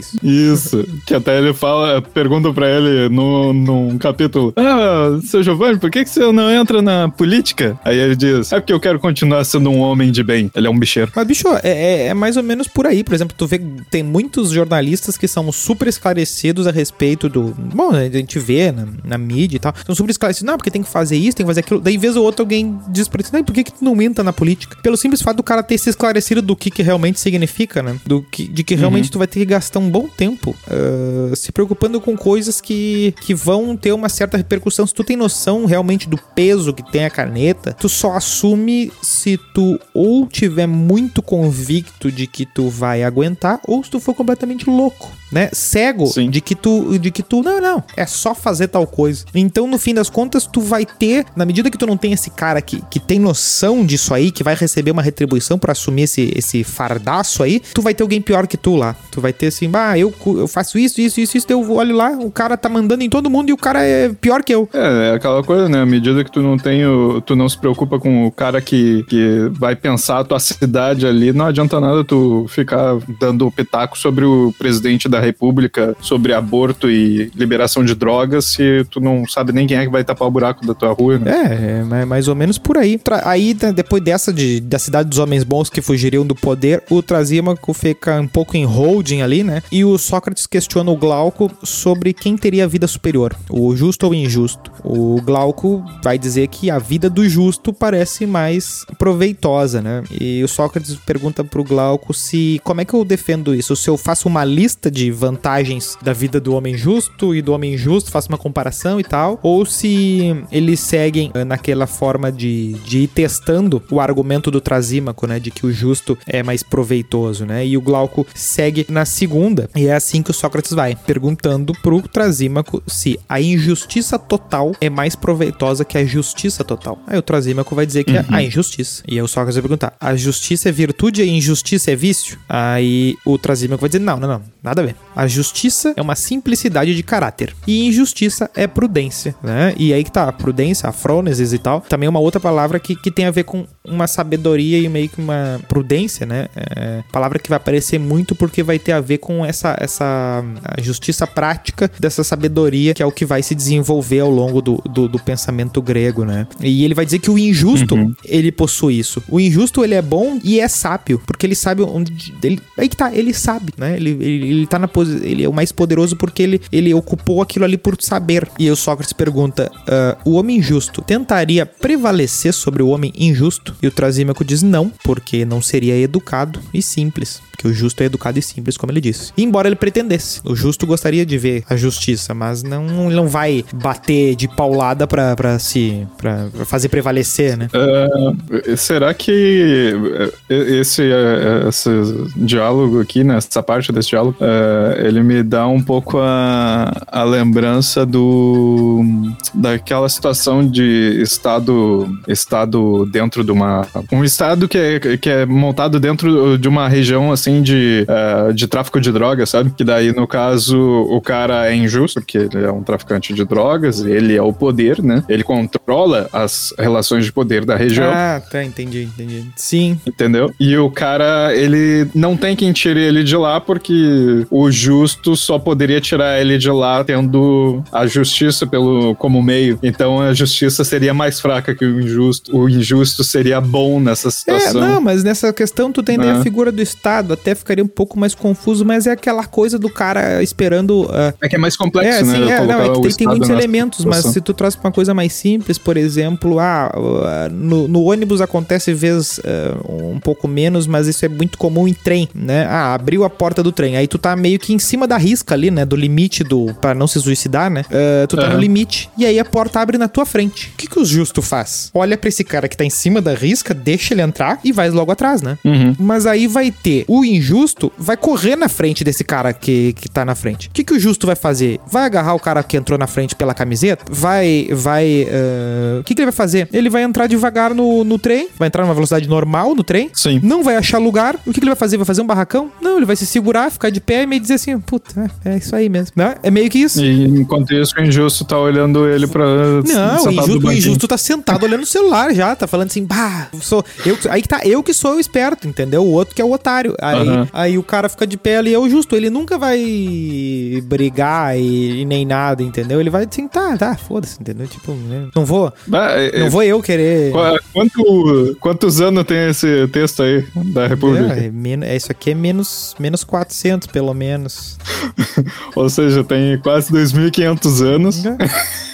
isso. Isso, que até ele fala, pergunta pra ele no, num capítulo, ah, seu Giovanni, por que, que você não entra na política? Aí ele diz, é porque eu quero continuar sendo um homem de bem. Ele é um bicheiro. Mas, bicho, é, é, é mais ou menos por aí. Por exemplo, tu vê, tem muitos jornalistas que são super esclarecidos a respeito do... Bom, a gente vê na, na mídia e tal, são super esclarecidos, não, porque tem que fazer isso, tem que fazer aquilo. Daí, vez ou outra, alguém diz pra ele, por que que tu não entra na política? Pelo simples fato do cara ter se esclarecido do que que realmente significa, né? Do que, de que realmente uhum. tu vai ter que gastar um bom tempo uh, se preocupando com coisas que, que vão ter uma certa repercussão. Se tu tem noção realmente do peso que tem a caneta, tu só assume se tu ou tiver muito convicto de que tu vai aguentar, ou se tu for completamente louco, né? Cego Sim. de que tu, de que tu, não, não, é só fazer tal coisa. Então, no fim das contas, tu vai ter, na medida que tu não tem esse cara que, que tem noção disso aí, que vai receber uma retribuição pra assumir esse, esse fardaço aí, tu vai ter alguém pior que tu lá. Tu vai ter assim, ah, eu, eu faço isso, isso, isso, isso, eu olho lá, o cara tá mandando em todo mundo e o cara é pior que eu. É, é aquela coisa, né? À medida que tu não tem o, tu não se preocupa com o cara que, que vai pensar a tua cidade ali, não adianta nada tu ficar dando pitaco sobre o presidente da república, sobre aborto e liberação de drogas, se tu não sabe nem quem é que vai tapar o buraco da tua rua, né? É, é mais ou menos por aí. Aí, depois dessa de, da cidade dos homens bons que fugiriam do poder, o Trasímaco fica um pouco em holding ali, né? E o Sócrates questiona o Glauco sobre quem teria a vida superior, o justo ou o injusto. O Glauco vai dizer que a vida do justo parece mais proveitosa, né? E o Sócrates pergunta pro Glauco se, como é que eu defendo isso? Se eu faço uma lista de vantagens da vida do homem justo e do homem injusto, faço uma comparação e tal, ou se eles seguem naquela forma de, de ir testando o argumento do Trasímaco, né? De que o justo é mais proveitoso, né? E o Glauco segue na segunda, e é assim que o Sócrates vai, perguntando pro Trasímaco se a injustiça total é mais proveitosa que a justiça total. Aí o Trasímaco vai dizer que uhum. é a injustiça. E aí o Sócrates vai perguntar, a justiça é virtude e a injustiça é vício? Aí o Trasímaco vai dizer, não, não, não, nada a ver. A justiça é uma simplicidade de caráter. E injustiça é prudência, né? E aí que tá, a prudência, a frônesis e tal, também é uma outra palavra que, que tem a ver com uma sabedoria e meio que uma prudência, né? É, palavra que vai aparecer muito porque vai ter a ver com essa, essa a justiça prática dessa sabedoria, que é o que vai se desenvolver ao longo do, do, do pensamento grego, né? E ele vai dizer que o injusto, uhum. ele possui isso. O injusto, ele é bom e é sábio, porque ele sabe onde... Ele, aí que tá, ele sabe, né? Ele, ele, ele tá na posição... Ele é o mais poderoso porque ele, ele ocupou aquilo ali por saber. E aí o Sócrates pergunta, uh, o homem justo tentaria prevalecer sobre o homem injusto? E o Trasímaco diz não, porque não seria educado e simples. Porque o justo é educado e simples, como ele disse. E embora ele pretendesse, o justo gostaria de ver a justiça, mas não, ele não vai bater de paulada pra, pra, se, pra, pra fazer prevalecer, né? Uh, será que esse, esse diálogo aqui, né, essa parte desse diálogo, uh, ele me dá um pouco a, a lembrança do daquela situação de estado, estado dentro de uma... Um estado que é, que é montado dentro de uma região, assim, de, uh, de tráfico de drogas, sabe? Que daí, no caso, o cara é injusto, porque ele é um traficante de drogas, ele é o poder, né? Ele controla as relações de poder da região. Ah, tá, entendi, entendi. Sim. Entendeu? E o cara, ele não tem quem tire ele de lá, porque o justo só poderia tirar ele de lá tendo a justiça pelo, como meio. Então, a justiça seria mais fraca que o injusto. O injusto seria bom nessa situação. É, não, mas nessa questão tu tem ah. a figura do Estado, até ficaria um pouco mais confuso, mas é aquela coisa do cara esperando... Uh... É que é mais complexo, é, né? Sim, é, não, é que tem, tem muitos elementos, situação. Mas se tu traz pra uma coisa mais simples, por exemplo, ah, uh, no, no ônibus acontece vezes uh, um pouco menos, mas isso é muito comum em trem, né? Ah, abriu a porta do trem, aí tu tá meio que em cima da risca ali, né? Do limite do... pra não se suicidar, né? Uh, tu tá uhum. no limite, e aí a porta abre na tua frente. O que que o justo faz? Olha pra esse cara que tá em cima da risca, deixa ele entrar e vai logo atrás, né? Uhum. Mas aí vai ter o injusto, vai correr na frente desse cara que, que tá na frente. O que que o justo vai fazer? Vai agarrar o cara que entrou na frente pela camiseta? Vai, vai... Uh... O que que ele vai fazer? Ele vai entrar devagar no, no trem, vai entrar numa velocidade normal no trem, Sim. não vai achar lugar. O que que ele vai fazer? Vai fazer um barracão? Não, ele vai se segurar, ficar de pé e meio dizer assim, puta, é, é isso aí mesmo, né? É meio que isso. E enquanto isso, o injusto tá olhando ele pra... Não, o injusto, o injusto tá sentado olhando o celular já, tá falando assim, bah, Ah, sou, eu, aí que tá, eu que sou o esperto, entendeu? O outro que é o otário. Aí, uhum. aí o cara fica de pé ali, é o justo. Ele nunca vai brigar e, e nem nada, entendeu? Ele vai assim, tá, tá, foda-se, entendeu? Tipo, não vou, ah, é, não vou eu querer... Quanto, quantos anos tem esse texto aí da República? É, é, menos, é, isso aqui é menos, menos quatrocentos, pelo menos. Ou seja, tem quase dois mil e quinhentos anos. É.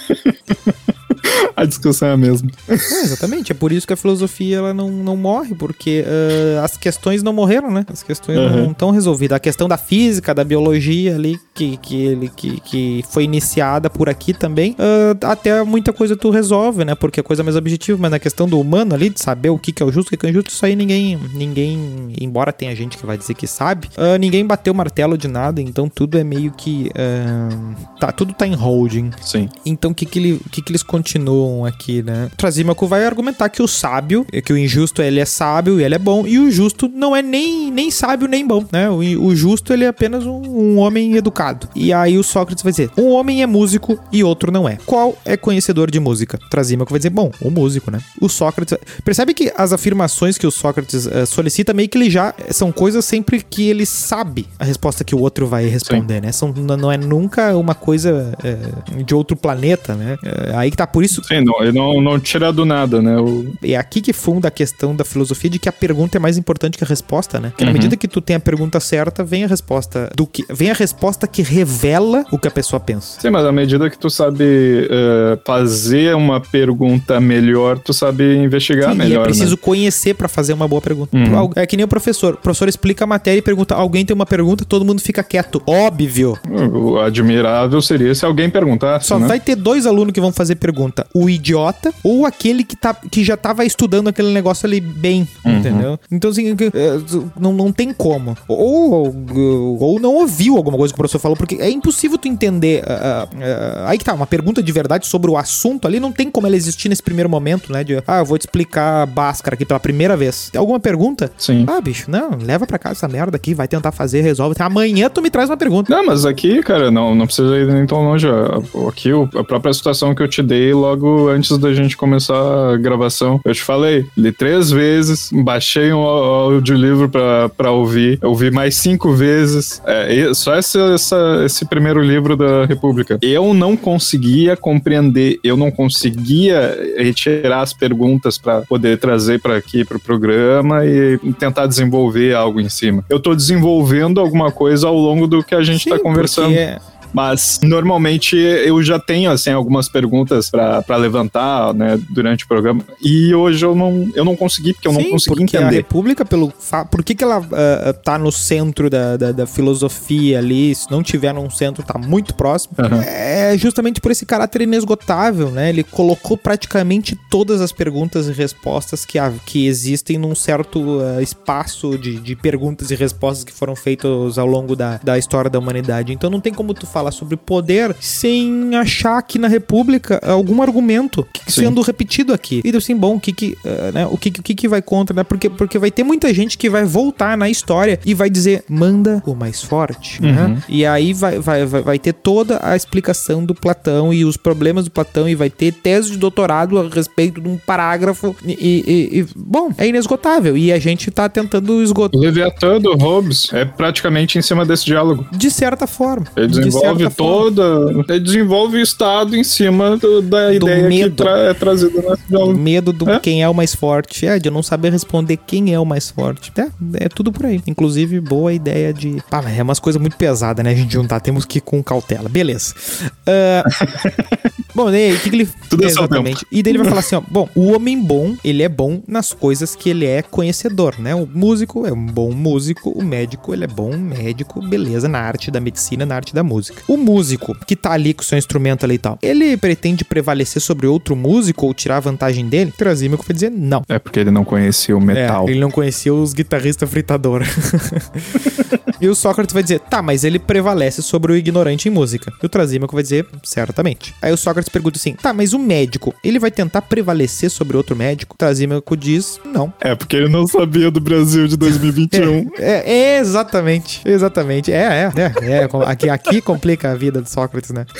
A discussão é a mesma. É, exatamente, é por isso que a filosofia ela não, não morre, porque uh, as questões não morreram, né? As questões uhum. não estão resolvidas. A questão da física, da biologia ali, que, que, ele, que, que foi iniciada por aqui também, uh, até muita coisa tu resolve, né? Porque é coisa mais objetiva, mas na questão do humano ali, de saber o que, que é o justo, o que é injusto, isso aí ninguém, ninguém, embora tenha gente que vai dizer que sabe, uh, ninguém bateu o martelo de nada, então tudo é meio que... Uh, tá, tudo tá em holding. Sim. Então o que que, ele, que que eles continuam aqui, né? Trasímaco vai argumentar que o sábio, que o injusto ele é sábio e ele é bom, e o justo não é nem, nem sábio nem bom, né? O, o justo ele é apenas um, um homem educado. E aí o Sócrates vai dizer, um homem é músico e outro não é. Qual é conhecedor de música? Trasímaco vai dizer, bom, o músico, né? O Sócrates... Percebe que as afirmações que o Sócrates uh, solicita meio que ele já... São coisas sempre que ele sabe a resposta que o outro vai responder, Sim. né? São, não é nunca uma coisa uh, de outro planeta, né? Uh, aí que tá, por isso... Sim, não, ele não, não tira do nada, né? O... É aqui que funda a questão da filosofia de que a pergunta é mais importante que a resposta, né? Porque uhum. na medida que tu tem a pergunta certa, vem a resposta do que... Vem a resposta que revela o que a pessoa pensa. Sim, mas à medida que tu sabe uh, fazer uma pergunta melhor, tu sabe investigar Sim, melhor, e é preciso né? conhecer pra fazer uma boa pergunta. Uhum. É que nem o professor. O professor explica a matéria e pergunta, alguém tem uma pergunta, todo mundo fica quieto. Óbvio. O admirável seria se alguém perguntasse, Só né? vai ter dois alunos que vão fazer pergunta. O idiota ou aquele que, tá, que já tava estudando aquele negócio ali bem, uhum. entendeu? Então, assim, não, não tem como. Ou, ou, ou não ouviu alguma coisa que o professor falou, porque é impossível tu entender. Uh, uh, aí que tá, uma pergunta de verdade sobre o assunto ali, não tem como ela existir nesse primeiro momento, né? De, ah, eu vou te explicar Bhaskara aqui pela primeira vez. Tem alguma pergunta? Sim. Ah, bicho, não, leva pra casa essa merda aqui, vai tentar fazer, resolve. Amanhã tu me traz uma pergunta. Não, mas aqui, cara, não, não precisa ir nem tão longe. Aqui, a própria situação que eu te dei logo antes da gente começar a gravação, eu te falei, li três vezes, baixei um audiolivro pra, pra ouvir, eu ouvi mais cinco vezes, é, só esse, essa, esse primeiro livro da República. Eu não conseguia compreender, eu não conseguia retirar as perguntas pra poder trazer pra aqui pro programa e tentar desenvolver algo em cima. Eu tô desenvolvendo alguma coisa ao longo do que a gente Sim, tá conversando. Porque... Mas, normalmente, eu já tenho, assim, algumas perguntas pra, pra levantar, né, durante o programa. E hoje eu não, eu não consegui, porque eu Sim, não consegui porque entender. A República, pelo fa... por que que ela uh, tá no centro da, da, da filosofia ali? Se não tiver num centro, tá muito próximo. Uhum. É justamente por esse caráter inesgotável, né? Ele colocou praticamente todas as perguntas e respostas que, há, que existem num certo uh, espaço de, de perguntas e respostas que foram feitas ao longo da, da história da humanidade. Então não tem como tu falar sobre poder sem achar aqui na República algum argumento que, sendo repetido aqui. E assim, bom, o que que, uh, né, o que, o que que vai contra, né? Porque, porque vai ter muita gente que vai voltar na história e vai dizer, manda o mais forte, uhum. né? E aí vai, vai, vai, vai ter toda a explicação do Platão e os problemas do Platão e vai ter tese de doutorado a respeito de um parágrafo e, e, e bom, é inesgotável e a gente tá tentando esgotar. O Leviatã do Hobbes é praticamente em cima desse diálogo. De certa forma. Ele desenvolve de toda... Forma. Ele desenvolve o Estado em cima do, da do ideia medo. que tra, é trazida nesse diálogo. Medo do é? quem é o mais forte. É, de não saber responder quem é o mais forte. É, é tudo por aí. Inclusive, boa ideia de... Pá, é umas coisas muito pesadas, né? A gente juntar. Temos que ir com cautela. Beleza. Uh... Bom, daí, o que, que ele... Tudo é Exatamente. E daí ele vai falar assim, ó, bom, o homem bom, ele é bom nas coisas que ele é conhecedor, né? O músico é um bom músico, o médico, ele é bom médico, beleza, na arte da medicina, na arte da música. O músico, que tá ali com o seu instrumento ali e tal, ele pretende prevalecer sobre outro músico ou tirar vantagem dele? Trasímaco vai dizer não. É porque ele não conhecia o metal. É, ele não conhecia os guitarristas fritadores. E o Sócrates vai dizer, tá, mas ele prevalece sobre o ignorante em música. E o Trasímaco vai dizer, certamente. Aí o Sócrates pergunta assim, tá, mas o médico, ele vai tentar prevalecer sobre outro médico? O Trasímaco diz, não. É, porque ele não sabia do Brasil de dois mil e vinte e um. É, é, é exatamente, exatamente. É, é, é, é aqui, aqui complica a vida do Sócrates, né?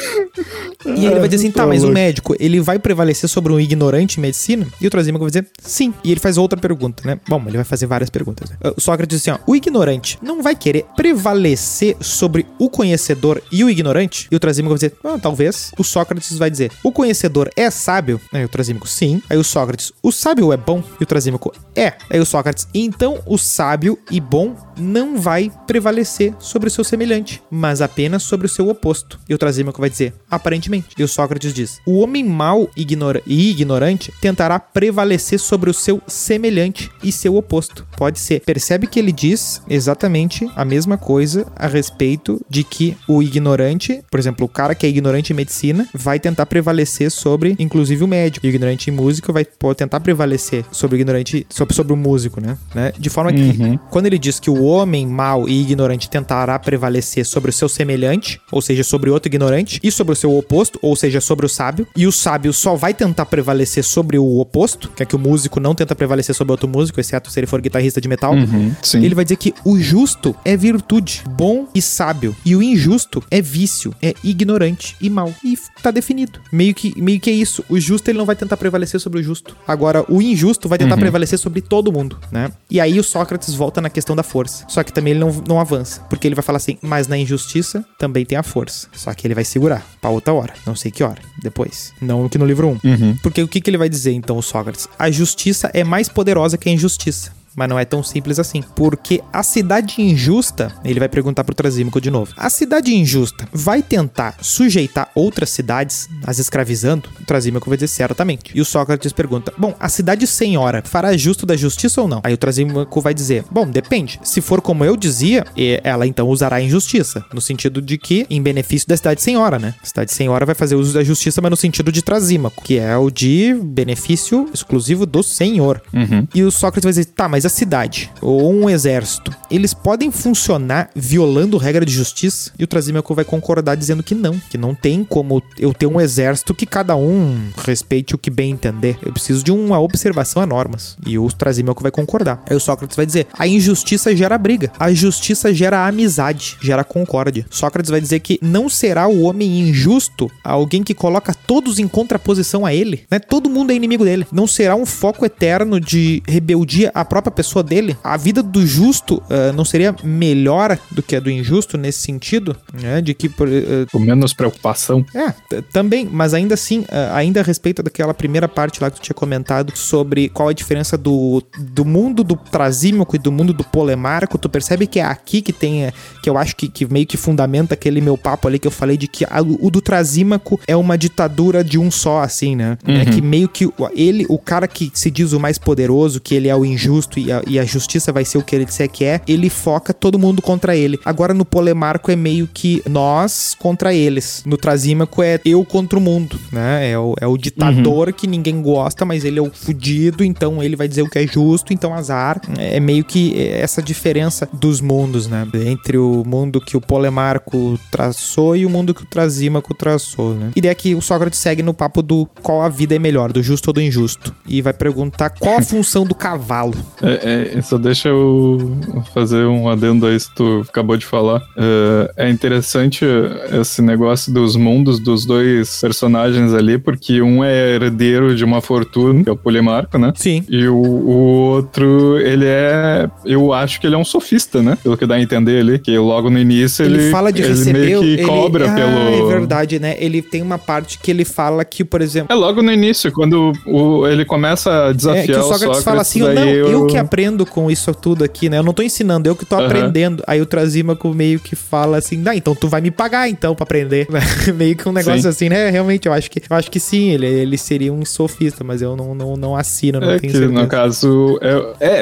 E ele vai dizer assim, tá, mas o médico, ele vai prevalecer sobre um ignorante em medicina? E o Trasímaco vai dizer, sim. E ele faz outra pergunta, né? Bom, ele vai fazer várias perguntas, né? O Sócrates diz assim, ó, o ignorante não vai querer prevalecer sobre o conhecedor e o ignorante? E o Trasímaco vai dizer, ah, talvez. O Sócrates vai dizer, o conhecedor é sábio? Aí o Trasímaco, sim. Aí o Sócrates, o sábio é bom? E o Trasímaco, é. Aí o Sócrates, então o sábio e bom não vai prevalecer sobre o seu semelhante, mas apenas sobre o seu oposto. E o Trasímaco vai dizer, aparentemente. E o Sócrates diz, o homem mau ignora e ignorante tentará prevalecer sobre o seu semelhante e seu oposto. Pode ser. Percebe que ele diz exatamente a mesma coisa a respeito de que o ignorante, por exemplo, o cara que é ignorante em medicina, vai tentar prevalecer sobre, inclusive, o médico. E o ignorante em música vai pode tentar prevalecer sobre o ignorante, sobre, sobre o músico, né? né? De forma que, uhum. quando ele diz que o homem mau e ignorante tentará prevalecer sobre o seu semelhante, ou seja, sobre outro ignorante, e sobre o seu oposto, ou seja, sobre o sábio, e o sábio só vai tentar prevalecer sobre o oposto, que é que o músico não tenta prevalecer sobre outro músico, exceto se ele for guitarrista de metal, uhum, ele vai dizer que o justo é virtude, bom e sábio, e o injusto é vício, é ignorante e mau. E tá definido. Meio que, meio que é isso. O justo, ele não vai tentar prevalecer sobre o justo. Agora, o injusto vai tentar uhum. prevalecer sobre todo mundo, né? E aí o Sócrates volta na questão da força. Só que também ele não, não avança, porque ele vai falar assim, mas na injustiça também tem a força. Só que ele vai segurar pra outra hora. Não sei que hora. Depois. Não que no livro um. Uhum. Porque o que, que ele vai dizer, então, o Sócrates? A justiça é mais poderosa que a injustiça. Mas não é tão simples assim. Porque a cidade injusta, ele vai perguntar pro Trasímaco de novo. A cidade injusta vai tentar sujeitar outras cidades, as escravizando? O Trasímaco vai dizer certamente. E o Sócrates pergunta, bom, a cidade senhora fará justo da justiça ou não? Aí o Trasímaco vai dizer, bom, depende. Se for como eu dizia, ela então usará a injustiça. No sentido de que, em benefício da cidade senhora, né? A cidade senhora vai fazer uso da justiça, mas no sentido de Trasímaco, que é o de benefício exclusivo do senhor. Uhum. E o Sócrates vai dizer, tá, mas a cidade ou um exército, eles podem funcionar violando regra de justiça? E o Trasímaco vai concordar dizendo que não, que não tem como eu ter um exército que cada um respeite o que bem entender. Eu preciso de uma observação a normas. E o Trasímaco vai concordar. Aí o Sócrates vai dizer, a injustiça gera briga, a justiça gera amizade, gera concórdia. Sócrates vai dizer que não será o homem injusto alguém que coloca todos em contraposição a ele, né? Todo mundo é inimigo dele. Não será um foco eterno de rebeldia à própria pessoa dele. A vida do justo uh, não seria melhor do que a do injusto nesse sentido, né? De que... Uh, Com menos preocupação. É, t- também, mas ainda assim, uh, ainda a respeito daquela primeira parte lá que tu tinha comentado sobre qual a diferença do, do mundo do Trasímaco e do mundo do Polemarco, tu percebe que é aqui que tem, uh, que eu acho que, que meio que fundamenta aquele meu papo ali que eu falei de que a, o do Trasímaco é uma ditadura de um só, assim, né? Uhum. É que meio que ele, o cara que se diz o mais poderoso, que ele é o injusto e a, e a justiça vai ser o que ele disser que é, ele foca todo mundo contra ele. Agora no Polemarco é meio que nós contra eles. No Trasímaco é eu contra o mundo, né? É o, é o ditador uhum. que ninguém gosta, mas ele é o fudido, então ele vai dizer o que é justo, então azar. É meio que essa diferença dos mundos, né? Entre o mundo que o Polemarco traçou e o mundo que o Trasímaco traçou, né? E daí aqui o Sócrates segue no papo do qual a vida é melhor, do justo ou do injusto. E vai perguntar qual a função do cavalo. É, é, só deixa eu fazer um adendo a isso que tu acabou de falar. É, é interessante esse negócio dos mundos dos dois personagens ali, porque um é herdeiro de uma fortuna, que é o Polemarco, né? Sim. E o, o outro, ele é... Eu acho que ele é um sofista, né? Pelo que dá a entender ali, que logo no início ele... Ele fala de ele receber... meio que ele... cobra ah, pelo... é verdade, né? Ele tem uma parte que ele fala que, por exemplo... É logo no início, quando o, ele começa a desafiar é, que o Sócrates, Sócrates fala assim, não, eu... eu que aprendo com isso tudo aqui, né? Eu não tô ensinando, eu que tô uhum. aprendendo. Aí o Trasímaco meio que fala assim, ah, então tu vai me pagar então pra aprender. Meio que um negócio sim. assim, né? Realmente, eu acho que, eu acho que sim, ele, ele seria um sofista, mas eu não, não, não assino, não é tenho que, certeza. No caso, é, é,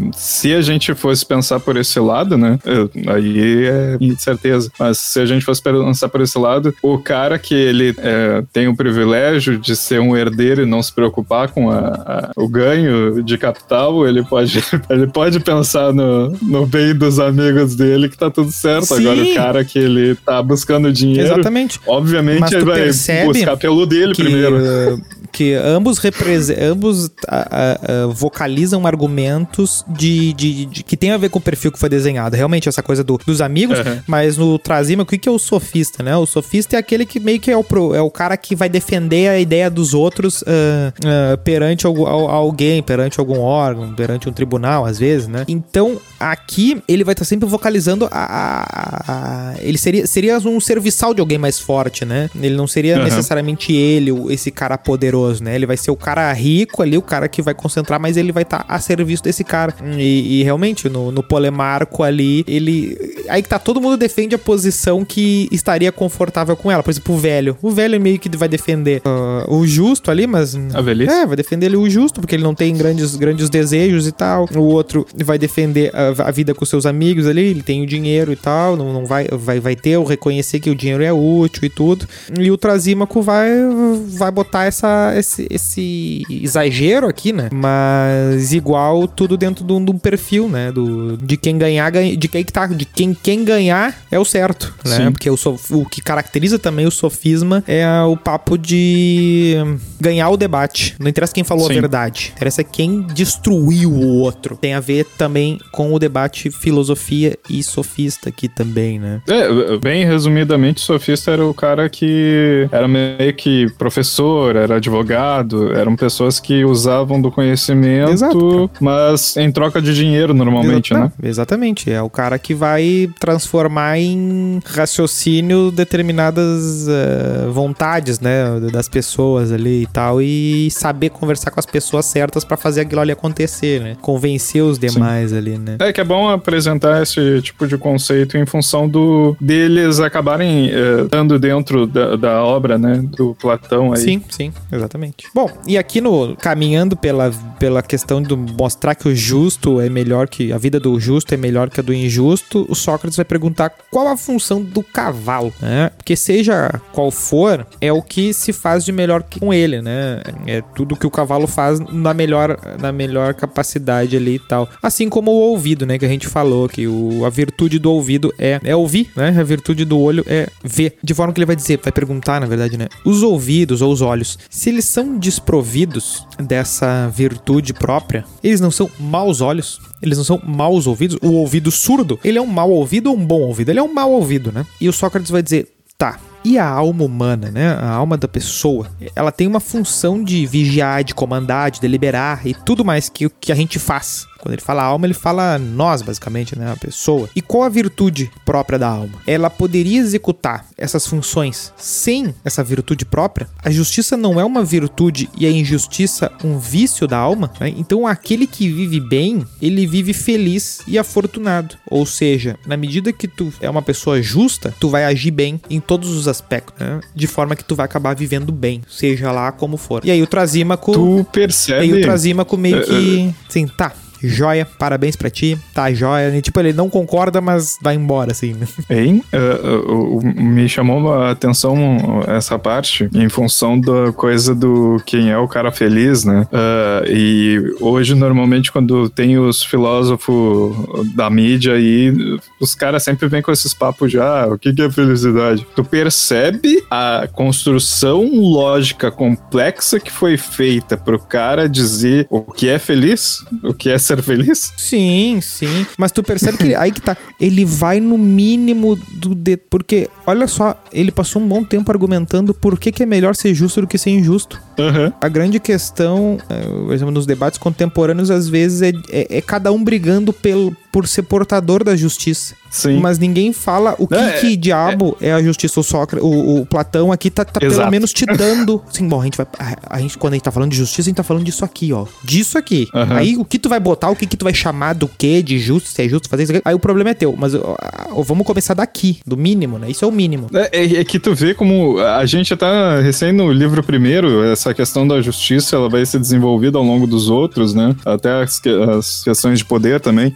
se a gente fosse pensar por esse lado, né? Aí é certeza. Mas se a gente fosse pensar por esse lado, o cara que ele é, tem o privilégio de ser um herdeiro e não se preocupar com a, a, o ganho de capital, ele pode pode, ele pode pensar no, no bem dos amigos dele, que tá tudo certo. Sim. Agora o cara que ele tá buscando dinheiro, exatamente, obviamente ele vai buscar pelo dele que, primeiro. Uh, que ambos, represe- ambos uh, uh, uh, vocalizam argumentos de, de, de, que tem a ver com o perfil que foi desenhado. Realmente, essa coisa do, dos amigos, uhum. Mas no Trazima, o que, que é o sofista, né? O sofista é aquele que meio que é o, pro, é o cara que vai defender a ideia dos outros uh, uh, perante al, al, alguém, perante algum órgão, perante um tribunal, às vezes, né? Então, aqui, ele vai estar sempre vocalizando a... a, a ele seria, seria um serviçal de alguém mais forte, né? Ele não seria uhum. necessariamente ele, esse cara poderoso, né? Ele vai ser o cara rico ali, o cara que vai concentrar, mas ele vai estar a serviço desse cara. E, e realmente, no, no Polemarco ali, ele... Aí que tá, todo mundo defende a posição que estaria confortável com ela. Por exemplo, o velho. O velho meio que vai defender uh, o justo ali, mas... A velhice? É, vai defender ele o justo, porque ele não tem grandes, grandes desejos e tal. O outro vai defender a, a vida com seus amigos ali, ele tem o dinheiro e tal, não, não vai, vai, vai ter o reconhecer que o dinheiro é útil e tudo. E o Trasímaco vai, vai botar essa, esse, esse exagero aqui, né? Mas igual tudo dentro de um, de um perfil, né? Do, de quem ganhar, ganha, de quem que tá, de quem, quem ganhar é o certo, né? Sim. Porque o, sof, o que caracteriza também o sofisma é o papo de ganhar o debate. Não interessa quem falou Sim. a verdade, interessa quem destruiu o outro. Tem a ver também com o debate filosofia e sofista aqui também, né? É, bem resumidamente, o sofista era o cara que era meio que professor, era advogado, eram pessoas que usavam do conhecimento, Exato, mas em troca de dinheiro normalmente, Exato, né? Exatamente, é o cara que vai transformar em raciocínio determinadas uh, vontades, né, das pessoas ali e tal, e saber conversar com as pessoas certas pra fazer aquilo ali acontecer, né? Convencer os demais Sim. ali, né? É que é bom apresentar esse tipo de conceito em função do deles acabarem uh, estando dentro da, da obra, né, do Platão aí. Sim, sim, exatamente. Bom, e aqui no caminhando pela, pela questão de mostrar que o justo é melhor que a vida do justo é melhor que a do injusto, o Sócrates vai perguntar qual a função do cavalo, né? Porque seja qual for, é o que se faz de melhor com ele, né? É tudo que o cavalo faz na melhor, na melhor capacidade ali e tal. Assim como o ouvido, né? Que a gente falou, que o, a virtude do ouvido é, é ouvir, né? A virtude do olho é ver. De forma que ele vai dizer, vai perguntar, na verdade, né? Os ouvidos ou os olhos, se eles são desprovidos dessa virtude própria, eles não são maus olhos? Eles não são maus ouvidos? O ouvido surdo, ele é um mau ouvido ou um bom ouvido? Ele é um mau ouvido, né? E o Sócrates vai dizer, tá, e a alma humana, né? A alma da pessoa, ela tem uma função de vigiar, de comandar, de deliberar e tudo mais que o que a gente faz. Quando ele fala alma, ele fala nós, basicamente, né? A pessoa. E qual a virtude própria da alma? Ela poderia executar essas funções sem essa virtude própria? A justiça não é uma virtude e a injustiça um vício da alma? Né? Então, aquele que vive bem, ele vive feliz e afortunado. Ou seja, na medida que tu é uma pessoa justa, tu vai agir bem em todos os aspectos, né? De forma que tu vai acabar vivendo bem, seja lá como for. E aí o Trasímaco... Tu percebe... Aí o Trasímaco meio que... Assim, tá... Joia, parabéns pra ti, tá joia. E, tipo, ele não concorda, mas vai embora, assim. Hein? Uh, uh, uh, me chamou a atenção essa parte em função da coisa do quem é o cara feliz, né? Uh, e hoje, normalmente, quando tem os filósofos da mídia aí, os caras sempre vêm com esses papos de, ah, o que que é felicidade? Tu percebe a construção lógica complexa que foi feita pro cara dizer o que é feliz? O que é ser feliz? Sim, sim. Mas tu percebe que aí que tá. Ele vai no mínimo do... De... Porque, olha só, ele passou um bom tempo argumentando por que que é melhor ser justo do que ser injusto. Uhum. A grande questão, por exemplo, nos debates contemporâneos, às vezes, é, é, é cada um brigando pelo, por ser portador da justiça. Sim. Mas ninguém fala o que, é, que diabo é... é a justiça. O, Sócrates, o, o Platão aqui tá, tá pelo menos te dando... Sim, bom, a gente vai... A, a gente, quando a gente tá falando de justiça, a gente tá falando disso aqui, ó. Disso aqui. Uhum. Aí, o que tu vai botar, o que que tu vai chamar do quê? De justo, se é justo fazer isso aqui. Aí o problema é teu. Mas ó, ó, vamos começar daqui, do mínimo, né? Isso é o mínimo. É, é, é que tu vê como a gente tá recém no livro primeiro, essa questão da justiça, ela vai ser desenvolvida ao longo dos outros, né? Até as, que, as questões de poder também. É,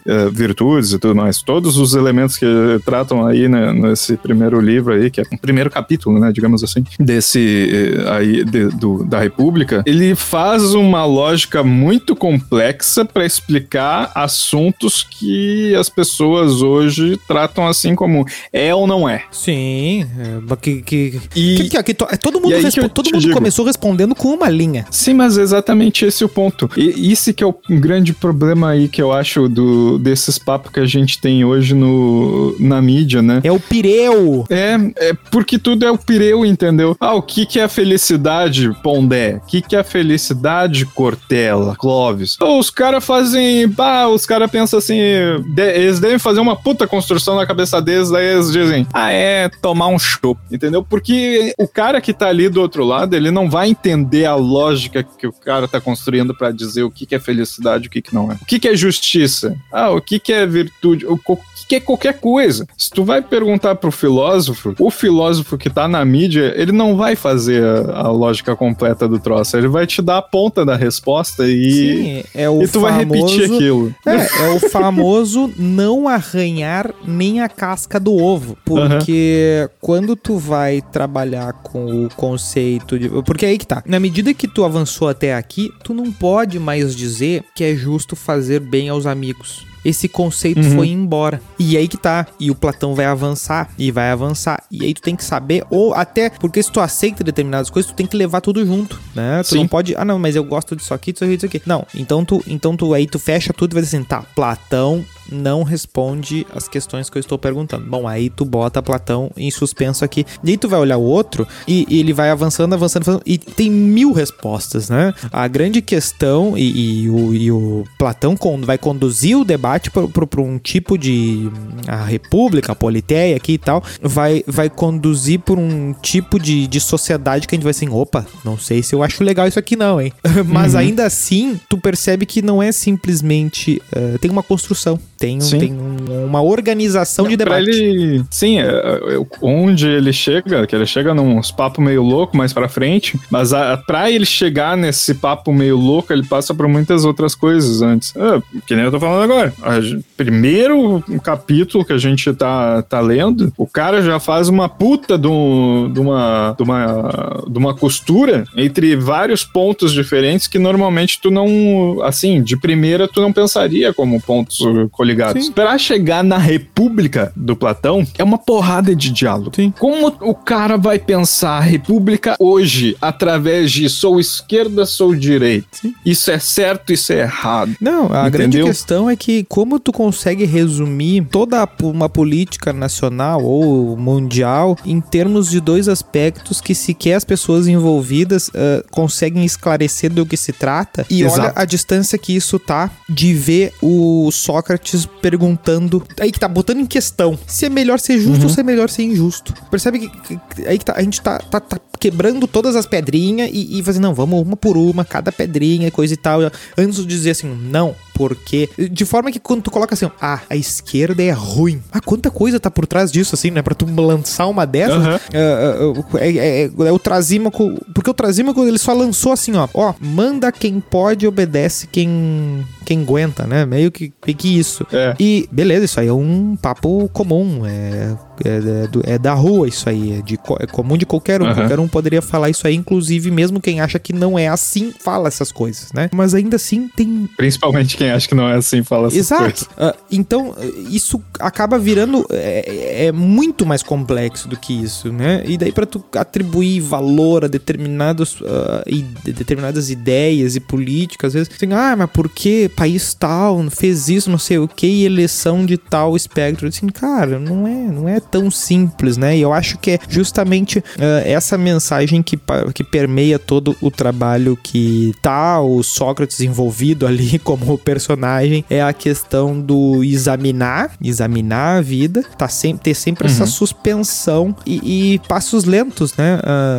virtudes e tudo mais. Todos os elementos que tratam aí, né, nesse primeiro livro aí, que é o primeiro capítulo, né, digamos assim, desse aí, de, do, da República, ele faz uma lógica muito complexa para explicar assuntos que as pessoas hoje tratam assim como é ou não é. Sim, é, que, que, e, que, que, que to, todo mundo, respo, todo mundo começou respondendo com uma linha. Sim, mas é exatamente esse o ponto. E isso que é o grande problema aí que eu acho do, desses papos que a gente tem hoje no, na mídia, né? É o pireu. É, é porque tudo é o pireu, entendeu? Ah, o que que é felicidade, Pondé? O que que é felicidade, Cortella, Clóvis? Então, os caras fazem... Pá, os caras pensam assim... De, eles devem fazer uma puta construção na cabeça deles, daí eles dizem, ah, é tomar um chopp, entendeu? Porque o cara que tá ali do outro lado, ele não vai entender a lógica que o cara tá construindo pra dizer o que que é felicidade e o que que não é. O que que é justiça? Ah, o que que é virtude? O que que é qualquer coisa? Se tu vai perguntar pro filósofo, o filósofo que tá na mídia, ele não vai fazer a, a lógica completa do troço, ele vai te dar a ponta da resposta e, Sim, é o e tu famoso, vai repetir aquilo. É, é o famoso não arranhar nem a casca do ovo, porque uhum. quando tu vai trabalhar com o conceito de... Porque aí que tá, na medida que tu avançou até aqui, tu não pode mais dizer que é justo fazer bem aos amigos. Esse conceito uhum. foi embora. E aí que tá. E o Platão vai avançar. E vai avançar. E aí tu tem que saber, ou até, porque se tu aceita determinadas coisas, tu tem que levar tudo junto, né? Tu Sim. não pode, ah não, mas eu gosto disso aqui, disso aqui, disso aqui. Não, então tu, então tu aí tu fecha tudo e vai dizer assim, tá, Platão não responde as questões que eu estou perguntando. Bom, aí tu bota Platão em suspenso aqui. E aí tu vai olhar o outro e, e ele vai avançando, avançando, avançando, e tem mil respostas, né? A grande questão, e, e, o, e o Platão con- vai conduzir o debate para um tipo de... A República, a Politeia aqui e tal, vai, vai conduzir por um tipo de, de sociedade que a gente vai assim, opa, não sei se eu acho legal isso aqui não, hein? Mas uhum. ainda assim, tu percebe que não é simplesmente... Uh, tem uma construção. Tem, um, tem um, uma organização de debate. Ele, sim, é, é, onde ele chega, que ele chega num papo meio louco mais pra frente, mas a, pra ele chegar nesse papo meio louco, ele passa por muitas outras coisas antes. É, que nem eu tô falando agora. A, primeiro capítulo que a gente tá, tá lendo, o cara já faz uma puta de, um, de, uma, de, uma, de uma costura entre vários pontos diferentes que normalmente tu não, assim, de primeira tu não pensaria como pontos coligados. Pra chegar na República do Platão, é uma porrada de diálogo. Sim. Como o cara vai pensar a República hoje através de sou esquerda, sou direita? Sim. Isso é certo, isso é errado. Não, a Entendeu? grande questão é que como tu consegue resumir toda uma política nacional ou mundial em termos de dois aspectos que sequer as pessoas envolvidas uh, conseguem esclarecer do que se trata. E Exato. olha a distância que isso tá de ver o Sócrates perguntando, aí que tá, botando em questão se é melhor ser justo uhum. ou se é melhor ser injusto. Percebe que, que, que aí que tá, a gente tá, tá, tá quebrando todas as pedrinhas e, e fazendo, não, vamos uma por uma, cada pedrinha e coisa e tal, antes de dizer assim, não, porque, de forma que quando tu coloca assim, ah, a esquerda é ruim, ah, quanta coisa tá por trás disso, assim, né, pra tu lançar uma dessas, uhum. uh, uh, é, é, é o Trasímaco, porque o Trasímaco, ele só lançou assim, ó, ó, manda quem pode, obedece quem, quem aguenta, né, meio que, que isso, é. E, beleza, isso aí é um papo comum, é... É, é, é da rua isso aí, é, de, é comum de qualquer um, uhum. qualquer um poderia falar isso aí, inclusive mesmo quem acha que não é assim, fala essas coisas, né? Mas ainda assim tem... Principalmente quem acha que não é assim, fala essas Exato. coisas. Uh, então, isso acaba virando, é, é muito mais complexo do que isso, né? E daí pra tu atribuir valor a determinados, uh, e determinadas ideias e políticas, às vezes, assim, ah, mas por que país tal fez isso, não sei o que, e eleição de tal espectro? Assim, cara, não é, não é tão simples, né? E eu acho que é justamente uh, essa mensagem que, que permeia todo o trabalho que tá o Sócrates envolvido ali como personagem, é a questão do examinar, examinar a vida, tá sempre, ter sempre uhum. essa suspensão e, e passos lentos, né?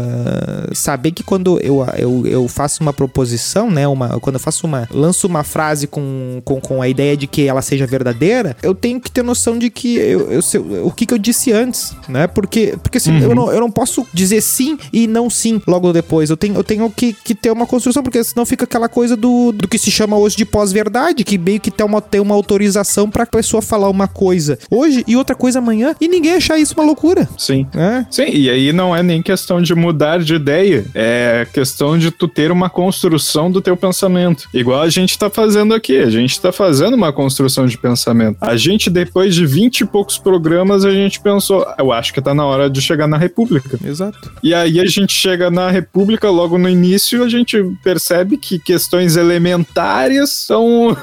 Uh, saber que quando eu, eu, eu faço uma proposição, né? Uma, quando eu faço uma, lanço uma frase com, com, com a ideia de que ela seja verdadeira, eu tenho que ter noção de que eu, eu, eu, o que, que eu disse antes, né? Porque, porque assim, uhum. eu, não, eu não posso dizer sim e não sim logo depois. Eu tenho, eu tenho que, que ter uma construção, porque senão fica aquela coisa do, do que se chama hoje de pós-verdade. verdade, que meio que tem uma, tem uma autorização pra pessoa falar uma coisa hoje e outra coisa amanhã, e ninguém achar isso uma loucura. Sim. É. Sim, e aí não é nem questão de mudar de ideia, é questão de tu ter uma construção do teu pensamento. Igual a gente tá fazendo aqui, a gente tá fazendo uma construção de pensamento. A gente, depois de vinte e poucos programas, a gente pensou, eu acho que tá na hora de chegar na República. Exato. E aí a gente chega na República, logo no início, a gente percebe que questões elementares são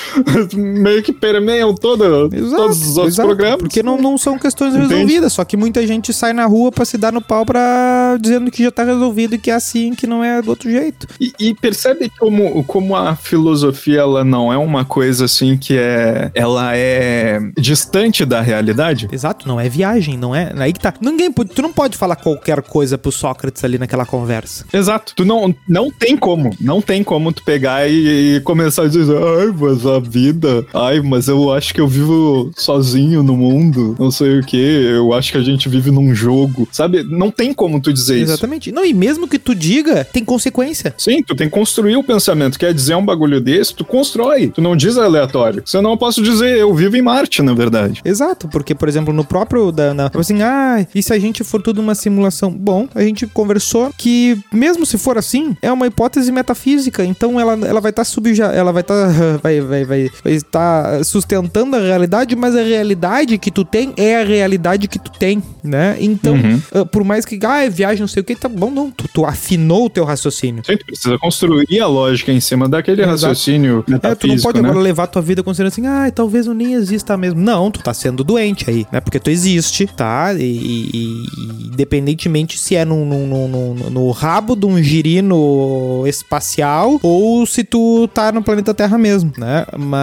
meio que permeiam todo, Exato, todos os outros exato, programas. porque não, não são questões Entende? resolvidas, só que muita gente sai na rua pra se dar no pau pra dizendo que já tá resolvido e que é assim, que não é do outro jeito. E, e percebe como, como a filosofia, ela não é uma coisa assim que é... Ela é distante da realidade? Exato, não é viagem, não é... Aí que tá. Ninguém, tu não pode falar qualquer coisa pro Sócrates ali naquela conversa. Exato. Tu não, não tem como. Não tem como tu pegar e, e começar a dizer, ai, mas a vida... Ai, mas eu acho que eu vivo sozinho no mundo. Não sei o que. Eu acho que a gente vive num jogo. Sabe? Não tem como tu dizer isso. Exatamente. Não, e mesmo que tu diga, tem consequência. Sim, tu tem que construir o pensamento. Quer dizer um bagulho desse, tu constrói. Tu não diz aleatório. Senão eu posso dizer, eu vivo em Marte, na verdade. Exato, porque, por exemplo, no próprio... Da, na, assim, ah, e se a gente for tudo uma simulação? Bom, a gente conversou que, mesmo se for assim, é uma hipótese metafísica, então ela, ela vai estar tá subja... Ela vai estar... Tá, vai, vai, vai, vai estar sustentando a realidade, mas a realidade que tu tem é a realidade que tu tem, né? Então, uhum. uh, por mais que, ah, viagem, não sei o que, tá bom, não. Tu, tu afinou o teu raciocínio. Sim, tu precisa construir a lógica em cima daquele Exato. raciocínio metafísico, é, tu não pode né? agora levar tua vida considerando assim, ah, talvez eu nem exista mesmo. Não, tu tá sendo doente aí, né? Porque tu existe, tá? E, e, e independentemente se é no, no, no, no, no rabo de um girino espacial ou se tu tá no planeta Terra mesmo, né?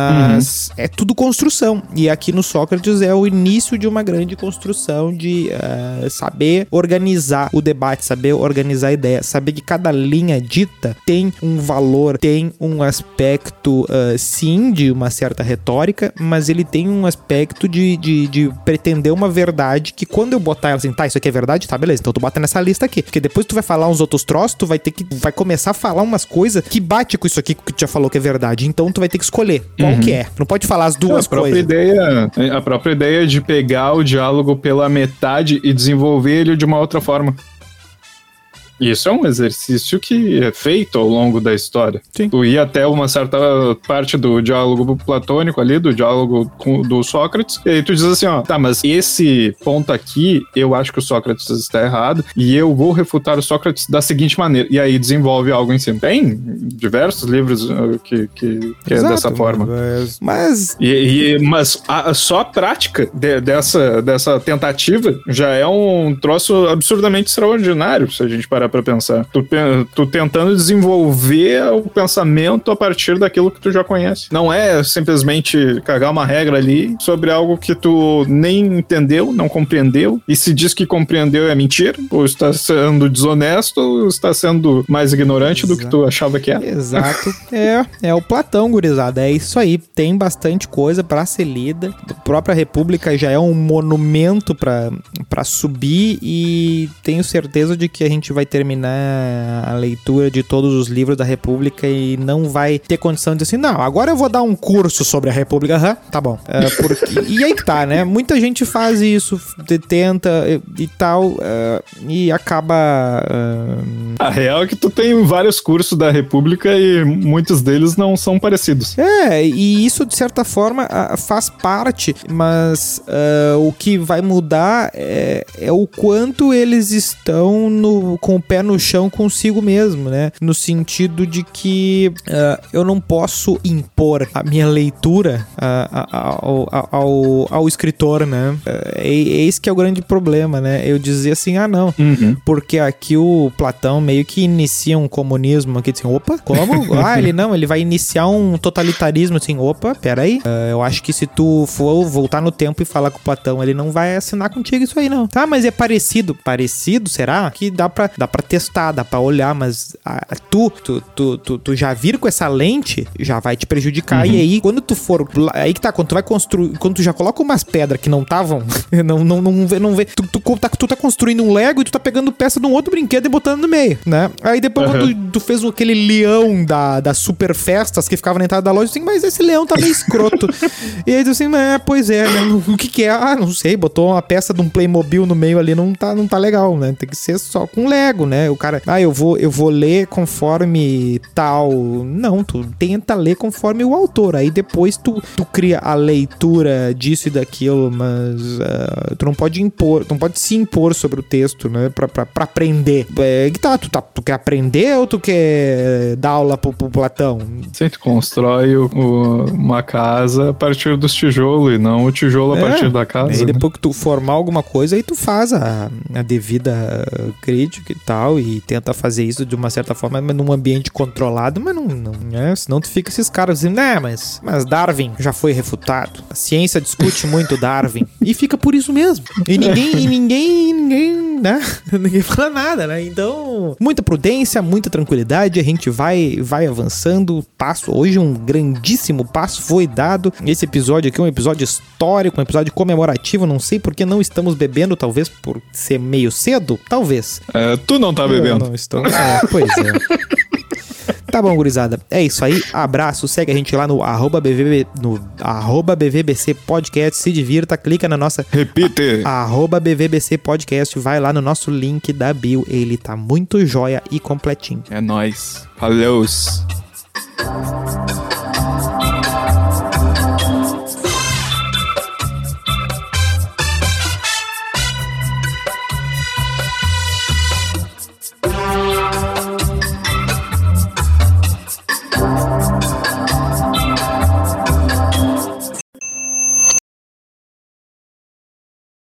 Mas uhum. é tudo construção. E aqui no Sócrates é o início de uma grande construção de uh, saber organizar o debate, saber organizar a ideia, saber que cada linha dita tem um valor, tem um aspecto, uh, sim, de uma certa retórica, mas ele tem um aspecto de, de, de pretender uma verdade que quando eu botar ela assim, tá, isso aqui é verdade? Tá, beleza, então tu bota nessa lista aqui. Porque depois tu vai falar uns outros troços, tu vai ter que, vai começar a falar umas coisas que bate com isso aqui que tu já falou que é verdade. Então tu vai ter que escolher qual uhum. que é. Tu não pode falar as duas a própria coisas. Ideia, a própria ideia de pegar o diálogo pela metade e desenvolver ele de uma outra forma. Isso é um exercício que é feito ao longo da história. Sim. Tu ia até uma certa parte do diálogo platônico ali, do diálogo com, do Sócrates, e aí tu diz assim, ó, tá, mas esse ponto aqui, eu acho que o Sócrates está errado, e eu vou refutar o Sócrates da seguinte maneira, e aí desenvolve algo em cima. Tem diversos livros uh, que, que, que é dessa forma. Mas... mas... E, e, mas a, só a prática de, dessa, dessa tentativa já é um troço absurdamente extraordinário, se a gente parar pra pensar. Tu, tu tentando desenvolver o pensamento a partir daquilo que tu já conhece. Não é simplesmente cagar uma regra ali sobre algo que tu nem entendeu, não compreendeu, e se diz que compreendeu é mentira, ou está sendo desonesto, ou está sendo mais ignorante Exato. Do que tu achava que era. Exato. é, é o Platão, gurizada. É isso aí. Tem bastante coisa pra ser lida. A própria República já é um monumento pra, pra subir, e tenho certeza de que a gente vai terminar a leitura de todos os livros da República e não vai ter condição de dizer assim, não, agora eu vou dar um curso sobre a República. Aham, tá bom. É, porque, e aí que tá, né? Muita gente faz isso, tenta e, e tal, uh, e acaba... Uh... A real é que tu tem vários cursos da República e muitos deles não são parecidos. É, e isso de certa forma faz parte, mas uh, o que vai mudar é, é o quanto eles estão no, com o pé no chão consigo mesmo, né? No sentido de que uh, eu não posso impor a minha leitura uh, ao, ao, ao, ao escritor, né? Uh, é, é esse que é o grande problema, né? Eu dizer assim, ah não, uhum. porque aqui o Platão meio que inicia um comunismo aqui, assim, opa, como? Ah, ele não, ele vai iniciar um totalitarismo, assim, opa, peraí, uh, eu acho que se tu for voltar no tempo e falar com o Platão, ele não vai assinar contigo isso aí, não. Tá, mas é parecido. Parecido, será? Que dá pra, dá pra pra testar, dá pra olhar, mas a, tu, tu, tu, tu, tu já vir com essa lente, já vai te prejudicar. Uhum. E aí, quando tu for... Aí que tá, quando tu vai construir... Quando tu já coloca umas pedras que não estavam... não, não, não vê, não vê. Tu, tu, tá, tu tá construindo um Lego e tu tá pegando peça de um outro brinquedo e botando no meio, né? Aí depois, uhum. quando tu, tu fez aquele leão da, das super festas que ficava na entrada da loja, assim, mas esse leão tá meio escroto. E aí tu assim, é, pois é, né? O que que é? Ah, não sei, botou uma peça de um Playmobil no meio ali, não tá, não tá legal, né? Tem que ser só com Lego, né? O cara, ah, eu vou, eu vou ler conforme tal. Não, tu tenta ler conforme o autor. Aí depois tu, tu cria a leitura disso e daquilo, mas uh, tu não pode impor, tu não pode se impor sobre o texto, né? Pra, pra, pra aprender. É que tá, tu, tá, tu quer aprender ou tu quer dar aula pro, pro Platão? Sim, tu constrói o, o, uma casa a partir dos tijolos e não o tijolo a é, partir da casa. Aí né? depois que tu formar alguma coisa, aí tu faz a, a devida crítica e tal, e tenta fazer isso de uma certa forma, mas num ambiente controlado, mas não, não é, senão tu fica esses caras dizendo, né, mas, mas Darwin já foi refutado, a ciência discute muito Darwin, e fica por isso mesmo, e ninguém, e ninguém, ninguém, né, ninguém fala nada, né, então, muita prudência, muita tranquilidade, a gente vai, vai avançando, passo, hoje um grandíssimo passo foi dado, esse episódio aqui é um episódio histórico, um episódio comemorativo, não sei por que não estamos bebendo, talvez por ser meio cedo, talvez. É, tu não tá bebendo. Eu não estou, é, pois é. Tá bom, gurizada. É isso aí. Abraço. Segue a gente lá no arroba B V B, no arroba B V B C Podcast. Se divirta. Clica na nossa... Repite. A, arroba B V B C Podcast. Vai lá no nosso link da bio. Ele tá muito jóia e completinho. É nóis. Valeu.